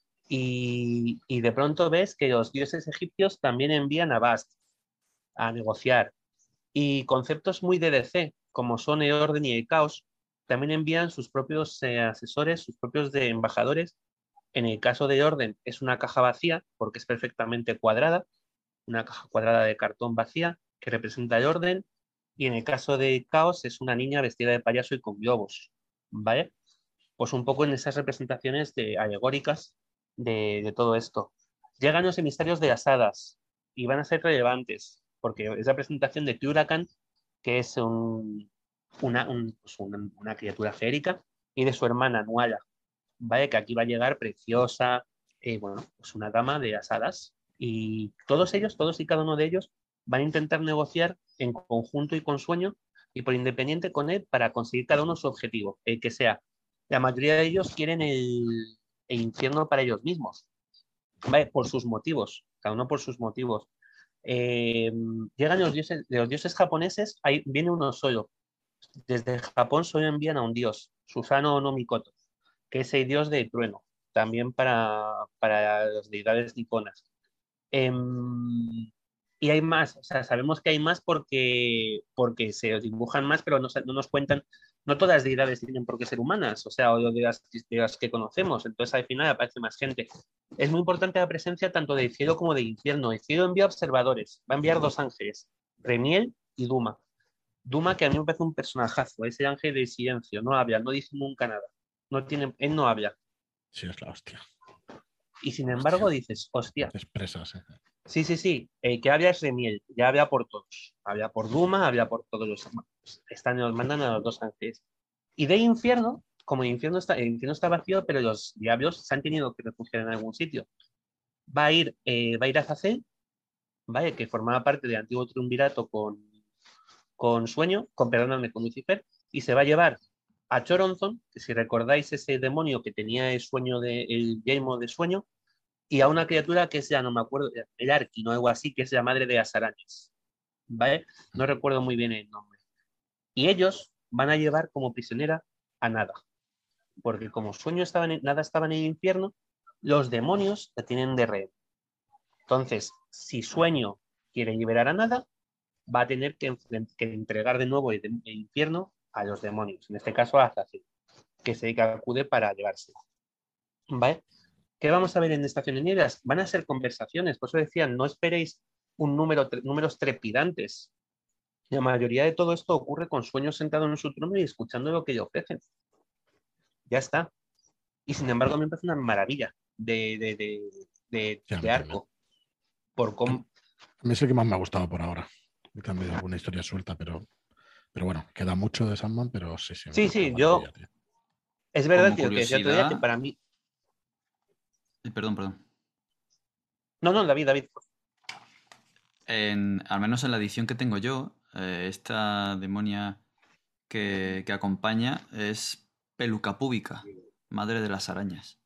Y, y de pronto ves que los dioses egipcios también envían a Bast a negociar. Y conceptos muy de D C, como son el orden y el caos, también envían sus propios eh, asesores, sus propios de embajadores. En el caso de orden es una caja vacía, porque es perfectamente cuadrada, una caja cuadrada de cartón vacía que representa el orden. Y en el caso de caos es una niña vestida de payaso y con globos, ¿vale? Pues un poco en esas representaciones de, alegóricas de, de todo esto. Llegan los emisarios de las hadas y van a ser relevantes, porque es la presentación de Huracan, que es un, una, un, pues una, una criatura férica, y de su hermana Nuala, ¿vale? Que aquí va a llegar preciosa, eh, bueno, pues una gama de las hadas. Y todos ellos, todos y cada uno de ellos, van a intentar negociar en conjunto y con Sueño y por independiente con él para conseguir cada uno su objetivo, el que sea. La mayoría de ellos quieren el, el infierno para ellos mismos, ¿vale? Por sus motivos, cada uno por sus motivos. Eh, llegan los dioses, de los dioses japoneses, ahí viene uno solo. Desde Japón solo envían a un dios, Susano no Mikoto, que es el dios del trueno, también para, para las deidades niponas. Eh, y hay más, o sea, sabemos que hay más porque, porque se dibujan más, pero no, no nos cuentan, no todas las deidades tienen por qué ser humanas, o sea, o de las, de las que conocemos, entonces al final aparece más gente. Es muy importante la presencia tanto del cielo como del infierno. El cielo envía observadores, va a enviar dos ángeles, Remiel y Duma. Duma, que a mí me parece un personajazo, es el ángel del silencio, no habla, no dice nunca nada, no tiene, él no habla. Sí, es la hostia. Y sin embargo hostia. dices, hostia. Te expresas, ¿eh? Sí, sí, sí. El que habla es Remiel, ya habla por todos. Habla por Duma, habla por todos los hermanos. Están, nos mandan a los dos ángeles. Y de infierno, como el infierno está, el infierno está vacío, pero los diablos se han tenido que refugiar en algún sitio. Va a ir, eh, va a ir a Azazel, ¿vale? Que formaba parte del antiguo triunvirato con, con Sueño, con perdóname, con Lucifer, y se va a llevar a Choronzon, que si recordáis ese demonio que tenía el sueño de, el yelmo de Sueño, y a una criatura que es ya, no me acuerdo, el Arqui, o algo así, que es la madre de las arañas, ¿vale? No recuerdo muy bien el nombre. Y ellos van a llevar como prisionera a Nada, porque como Sueño estaba en, Nada estaba en el infierno, los demonios la tienen de rehén. Entonces, si Sueño quiere liberar a Nada, va a tener que, que entregar de nuevo el, el infierno a los demonios, en este caso a Azazel, que se acude para llevársela, ¿vale? ¿Qué vamos a ver en Estación de Nieblas? Van a ser conversaciones, por eso decían, no esperéis un número, números trepidantes. La mayoría de todo esto ocurre con Sueño sentado en su trono y escuchando lo que le ofrecen. Ya está. Y sin embargo, a mí me parece una maravilla de, de, de, de, sí, de arco. Por cómo... A mí es el que más me ha gustado por ahora. Y también alguna historia suelta, pero, pero bueno, queda mucho de Sandman, pero sí, sí. Sí, sí, yo... Tío. Es verdad, tío, que decía otro día que para mí... Perdón, perdón. No, no, David, David. En, al menos en la edición que tengo yo, eh, esta demonia que, que acompaña es Peluca Púbica, madre de las arañas.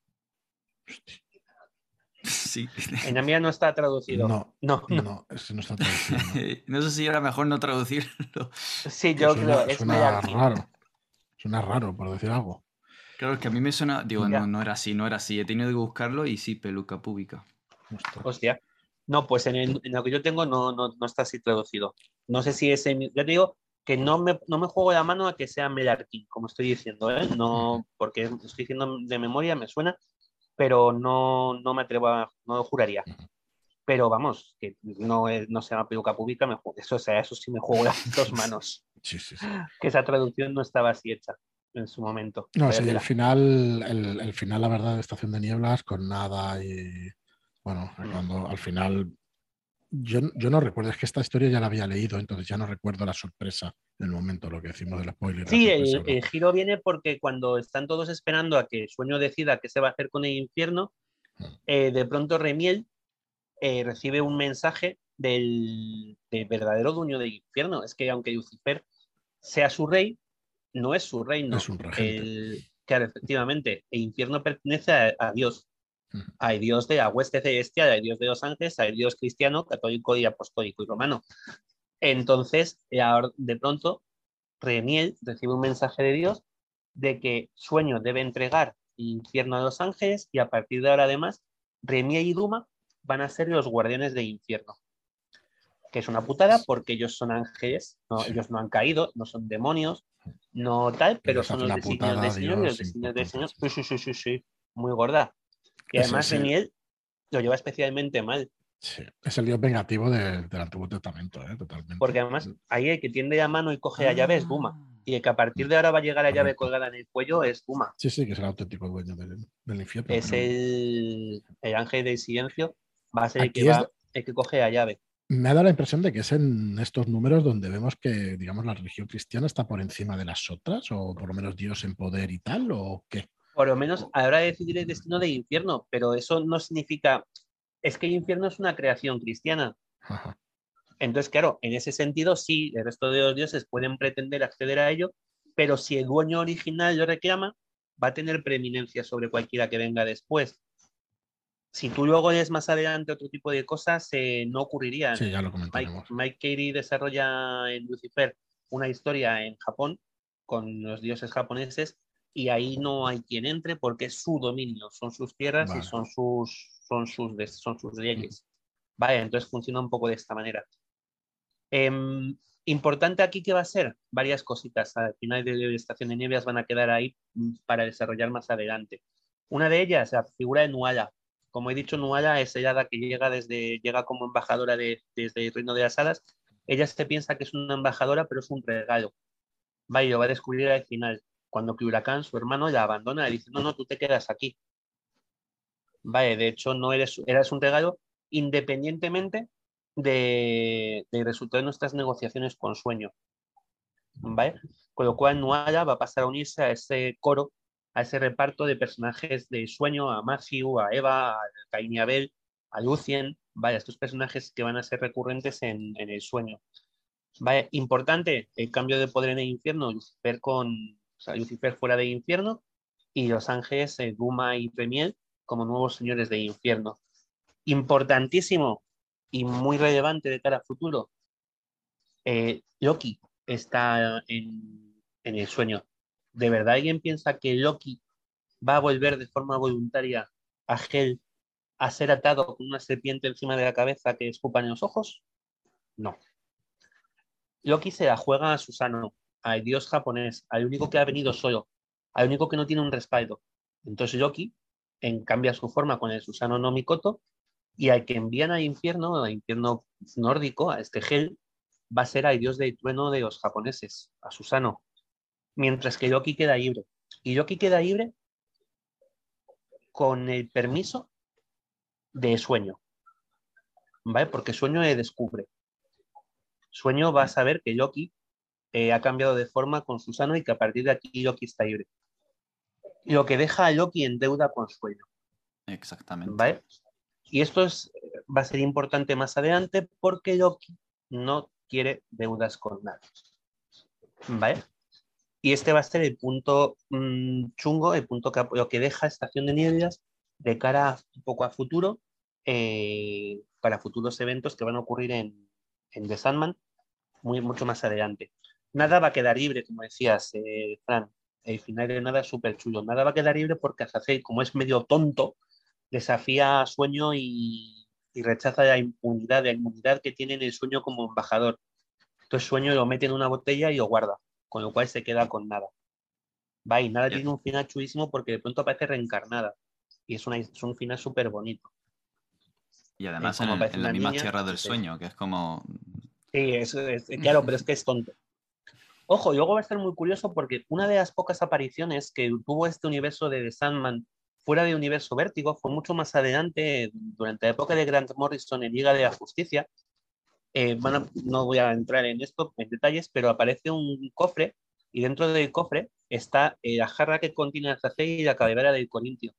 Sí. En la mía no está traducido. No, no, no. no, ese no está traducido. No, no sé si era mejor no traducirlo. Sí, yo suena, creo. Es suena raro. Suena raro, por decir algo. Claro, es que a mí me suena... Digo, no, no era así, no era así. He tenido que buscarlo y sí, Peluca Púbica. Ostras. Hostia. No, pues en, el, en lo que yo tengo no, no, no está así traducido. No sé si ese... Yo te digo que no me, no me juego la mano a que sea Melarkin, como estoy diciendo, ¿eh? No, porque estoy diciendo de memoria, me suena, pero no, no me atrevo a... No lo juraría. Pero vamos, que no, es, no se llama Peluca Púbica, me juego, eso, o sea, eso sí me juego las dos manos. Sí, sí, sí. Que esa traducción no estaba así hecha en su momento. No, sí, el final, el, el final, la verdad, de Estación de Nieblas, con Nada y... Bueno, cuando al final... Yo, yo no recuerdo, es que esta historia ya la había leído, entonces ya no recuerdo la sorpresa del momento, lo que decimos del spoiler. Sí, el, el giro viene porque cuando están todos esperando a que Sueño decida qué se va a hacer con el infierno, hmm. eh, de pronto Remiel eh, recibe un mensaje del, del verdadero dueño del infierno. Es que aunque Lucifer sea su rey, no es su reino. Es un regente. El, claro, efectivamente, el infierno pertenece a, a Dios. Al Dios de la hueste celestial, al Dios de los ángeles, al Dios cristiano, católico y apostólico y romano. Entonces, de pronto, Remiel recibe un mensaje de Dios de que Sueño debe entregar el infierno a los ángeles y a partir de ahora, además, Remiel y Duma van a ser los guardianes del infierno. Que es una putada porque ellos son ángeles, no, sí. Ellos no han caído, no son demonios, no tal, pero, pero son los designios del Señor y los designios del Señor. Sí, sí, sí, sí, sí, muy gorda. Y además sí, sí. Remiel lo lleva especialmente mal. Sí, es el dios vengativo de, del Antiguo Testamento, ¿eh? Totalmente. Porque además ahí el que tiende la mano y coge la llave es Duma. Y el que a partir de ahora va a llegar la llave colgada en el cuello es Duma. Sí, sí, que es el auténtico dueño del, del infierno. Es pero... el, el ángel del silencio, va a ser el que, va, de... el que coge la llave. Me ha dado la impresión de que es en estos números donde vemos que, digamos, la religión cristiana está por encima de las otras, o por lo menos Dios en poder y tal, ¿o qué? Por lo menos a la hora de decidir el destino de infierno, pero eso no significa... Es que el infierno es una creación cristiana. Ajá. Entonces, claro, en ese sentido sí, el resto de los dioses pueden pretender acceder a ello, pero si el dueño original lo reclama, va a tener preeminencia sobre cualquiera que venga después. Si tú luego lees más adelante otro tipo de cosas, eh, no ocurrirían. Sí, ya lo Mike, comentaremos. Mike Carey desarrolla en Lucifer una historia en Japón con los dioses japoneses y ahí no hay quien entre porque es su dominio, son sus tierras y Vale. son sus, son sus, son sus leyes. Vale, entonces funciona un poco de esta manera. Eh, importante aquí que va a ser varias cositas. Al final de la estación de nieves van a quedar ahí para desarrollar más adelante. Una de ellas, la figura de Nuala. Como he dicho, Nuala es ella la que llega, desde, llega como embajadora de, desde el Reino de las Hadas. Ella se piensa que es una embajadora, pero es un regalo. Va y lo va a descubrir al final. Cuando Huracán, su hermano, la abandona, le dice, no, no, tú te quedas aquí. Vale, de hecho, no eres, eras un regalo independientemente de, de resultado de nuestras negociaciones con Sueño. ¿Vale? Con lo cual, Nuala va a pasar a unirse a ese coro, a ese reparto de personajes de Sueño, a Matthew, a Eva, a Caín y Abel, a Lucien, ¿vale? Estos personajes que van a ser recurrentes en, en el Sueño. ¿Vale? Importante, el cambio de poder en el infierno, Lucifer con, o sea, Lucifer fuera del infierno y los ángeles, eh, Duma y Premiel, como nuevos señores del infierno. Importantísimo y muy relevante de cara a futuro, eh, Loki está en, en el Sueño. ¿De verdad alguien piensa que Loki va a volver de forma voluntaria a Hel a ser atado con una serpiente encima de la cabeza que escupa en los ojos? No. Loki se la juega a Susano, al dios japonés, al único que ha venido solo, al único que no tiene un respaldo. Entonces Loki en, cambia su forma con el Susano no Mikoto y al que envían al infierno, al infierno nórdico, a este Hel, va a ser al dios del trueno de los japoneses, a Susano. Mientras que Loki queda libre. Y Loki queda libre con el permiso de Sueño, ¿vale? Porque Sueño le descubre. Sueño va a saber que Loki eh, ha cambiado de forma con Susano y que a partir de aquí Loki está libre. Lo que deja a Loki en deuda con Sueño. Exactamente. ¿Vale? Y esto es, va a ser importante más adelante porque Loki no quiere deudas con nadie. ¿Vale? Y este va a ser el punto mmm, chungo, el punto que, lo que deja Estación de Nieblas de cara a, un poco a futuro, eh, para futuros eventos que van a ocurrir en, en The Sandman, muy, mucho más adelante. Nada va a quedar libre, como decías, eh, Fran. El final de nada es súper chulo. Nada va a quedar libre porque Azazel, como es medio tonto, desafía a Sueño y, y rechaza la impunidad, la inmunidad que tiene en el Sueño como embajador. Entonces Sueño lo mete en una botella y lo guarda, con lo cual se queda con nada. Va, y nada Yeah. tiene un final chulísimo porque de pronto aparece reencarnada. Y es, una, es un final súper bonito. Y además eh, como en, el- aparece en las una mismas niña. tierras del Dices, sueño, que es como... sí, es, es, claro, pero es que es tonto. Ojo, y luego va a estar muy curioso porque una de las pocas apariciones que tuvo este universo de The Sandman fuera del universo Vértigo fue mucho más adelante, durante la época de Grant Morrison en Liga de la Justicia. Eh, van a, no voy a entrar en esto, en detalles, pero aparece un cofre y dentro del cofre está eh, la jarra que contiene Azazel y la calavera del Corintio.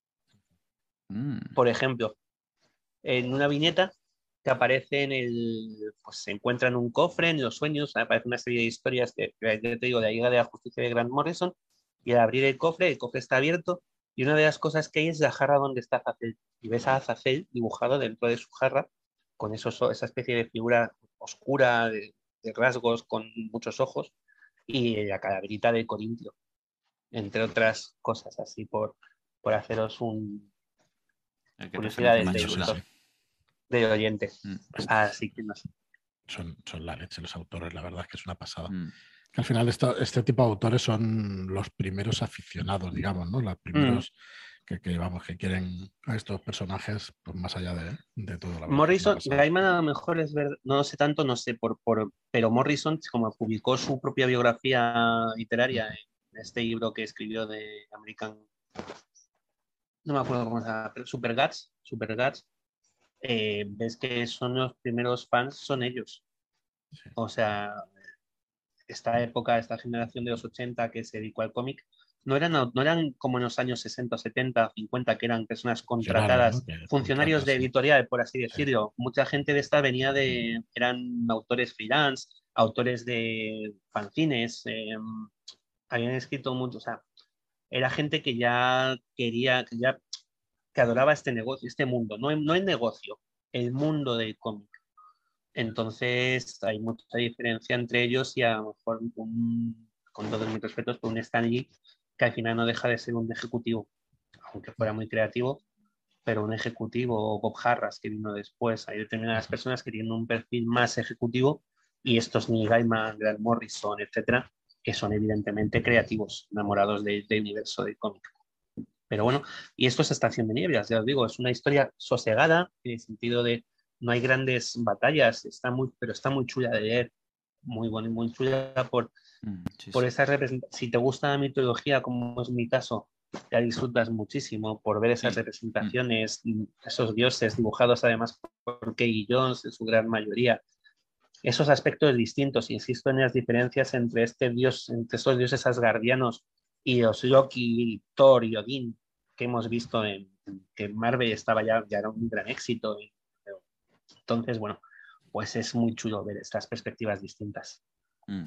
Mm. Por ejemplo, en una viñeta que aparece en el, pues se encuentra en un cofre, en los sueños, aparece una serie de historias de, de, te digo, de la Liga de la Justicia de Grant Morrison, y al abrir el cofre, el cofre está abierto, y una de las cosas que hay es la jarra donde está Azazel, y ves a Azazel dibujado dentro de su jarra, con esos, esa especie de figura oscura, de, de rasgos, con muchos ojos, y la calaverita de Corintio, entre otras cosas, así por, por haceros un El que curiosidad de referencia más este chula. de oyente. Mm. Así que no sé. Son, son la leche los autores, la verdad es que es una pasada. Mm. Que al final esto, este tipo de autores son los primeros aficionados, digamos, ¿no? Los primeros mm. que, que, vamos, que quieren a estos personajes, pues más allá de, de todo. La verdad Morrison, es que Gaiman a lo mejor es ver, no sé tanto, no sé, por, por, pero Morrison, como publicó su propia biografía literaria mm. en este libro que escribió de American, no me acuerdo cómo se llama, pero Super Guts, Super Guts, eh, ves que son los primeros fans, son ellos. Sí. O sea, esta época, esta generación de los ochenta que se dedicó al cómic, no eran, no eran como en los años sesenta, setenta, cincuenta, que eran personas contratadas, ¿no? funcionarios de editorial, por así decirlo. Sí. Mucha gente de esta venía de, eran autores freelance, autores de fanzines, eh, habían escrito mucho, o sea, era gente que ya quería, que ya que adoraba este negocio, este mundo, no, no el negocio, el mundo del cómic. Entonces hay mucha diferencia entre ellos y a lo mejor un, con todos mis respetos, por un Stan Lee que al final no deja de ser un ejecutivo, aunque fuera muy creativo, pero un ejecutivo, o Bob Harras que vino después. Hay determinadas personas que tienen un perfil más ejecutivo y estos Neil Gaiman, Grant Morrison, etcétera, que son evidentemente creativos, enamorados del de universo del cómic. Pero bueno, y esto es Estación de Nieblas, ya os digo, es una historia sosegada en el sentido de no hay grandes batallas, está muy, pero está muy chula de leer, muy buena y muy chula por, mm, sí, por sí. esa representación. Si te gusta la mitología, como es mi caso, ya disfrutas muchísimo por ver esas sí. representaciones, mm. esos dioses dibujados además por Kay Jones en su gran mayoría. Esos aspectos distintos, insisto en las diferencias entre este dios, entre esos dioses asgardianos y los Loki, Thor y Odín que hemos visto en que Marvel estaba ya, ya era un gran éxito. Entonces, bueno, pues es muy chulo ver estas perspectivas distintas. Mm.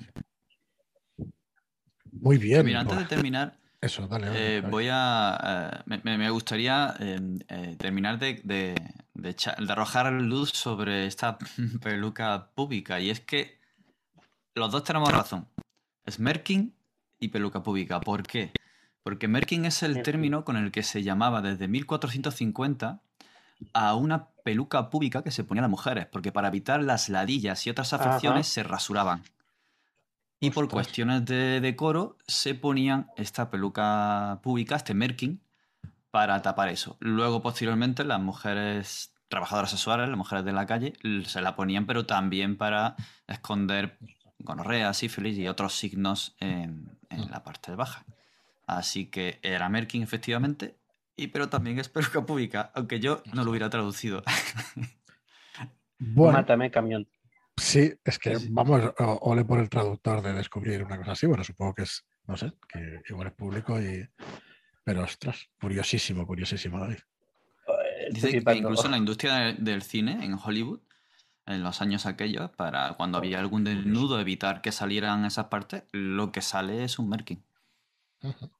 Muy bien. Mira, antes de terminar, eso, dale, dale, eh, voy a. Eh, me, me gustaría eh, eh, terminar de, de, de, echar, de arrojar luz sobre esta peluca púbica. Y es que los dos tenemos razón. Smirking y peluca púbica. ¿Por qué? Porque Merkin es el término con el que se llamaba desde mil cuatrocientos cincuenta a una peluca púbica que se ponía a las mujeres, porque para evitar las ladillas y otras afecciones Ajá. se rasuraban. Y Ostras. por cuestiones de decoro se ponían esta peluca púbica, este Merkin, para tapar eso. Luego, posteriormente, las mujeres trabajadoras sexuales, las mujeres de la calle, se la ponían, pero también para esconder gonorrea, sífilis y otros signos en, en la parte baja. Así que era Merkin, efectivamente, y, pero también es peluca púbica, aunque yo no lo hubiera traducido. Bueno, mátame, camión. Sí, es que sí. vamos, ole por el traductor de descubrir una cosa así. Bueno, supongo que es, no sé, que igual es público y... Pero, ostras, curiosísimo, curiosísimo, David. Dice que incluso en la industria del cine, en Hollywood, en los años aquellos, para cuando había algún desnudo, evitar que salieran esas partes, lo que sale es un Merkin. Uh-huh.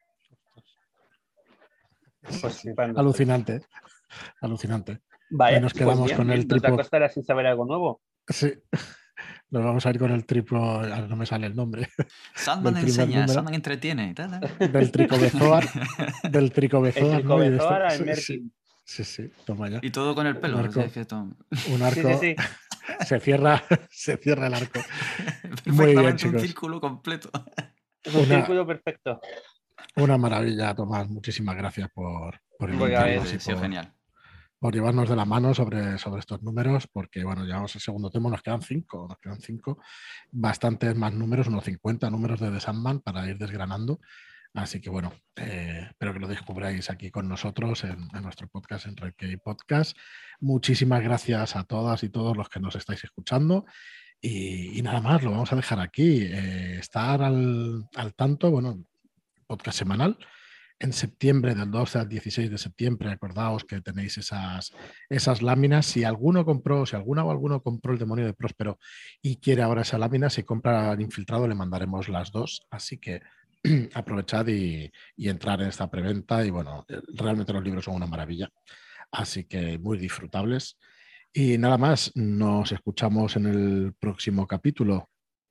Pues sí, alucinante, alucinante. Vale, Hoy nos quedamos pues bien, con bien. el tripo. ¿Nos acostará sin saber algo nuevo? Sí, nos vamos a ir con el tripo, ahora no me sale el nombre. Sandman enseña, Sandman entretiene. Del tricobezoar, del tricobezoar, el tricobezoar, ¿no? Al Merkin. Sí, sí, toma ya. Y todo con el pelo. Un arco, es que todo... un arco sí, sí, sí. se cierra, se cierra el arco. Muy bien, chicos. Un círculo completo. Es un una, círculo perfecto. Una maravilla, Tomás. Muchísimas gracias por, por invitarnos y por, genial. por llevarnos de la mano sobre, sobre estos números, porque bueno, llevamos el segundo tema, nos quedan cinco, nos quedan cinco, bastantes más números, unos cincuenta números de The Sandman para ir desgranando. Así que bueno, eh, espero que lo descubráis aquí con nosotros en, en nuestro podcast, en Red Key Podcast. Muchísimas gracias a todas y todos los que nos estáis escuchando. Y, y nada más, lo vamos a dejar aquí. Eh, estar al, al tanto, bueno, podcast semanal. En septiembre, del doce al dieciséis de septiembre, acordaos que tenéis esas, esas láminas. Si alguno compró, si alguna o alguno compró el Demonio de Próspero y quiere ahora esa lámina, si compra el Infiltrado le mandaremos las dos. Así que aprovechad y, y entrar en esta preventa. Y bueno, realmente los libros son una maravilla. Así que muy disfrutables. Y nada más, nos escuchamos en el próximo capítulo.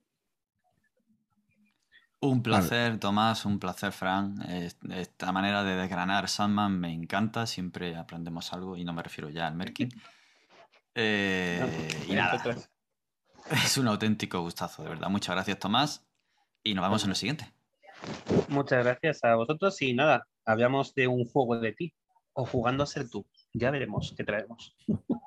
Un placer, vale. Tomás, un placer, Fran. Esta manera de desgranar Sandman me encanta, siempre aprendemos algo y no me refiero ya al Merkin. Eh, y nada, es un auténtico gustazo, de verdad. Muchas gracias, Tomás, y nos vemos en el siguiente. Muchas gracias a vosotros y nada, hablamos de un juego de ti o jugando a ser tú. Ya veremos qué traemos.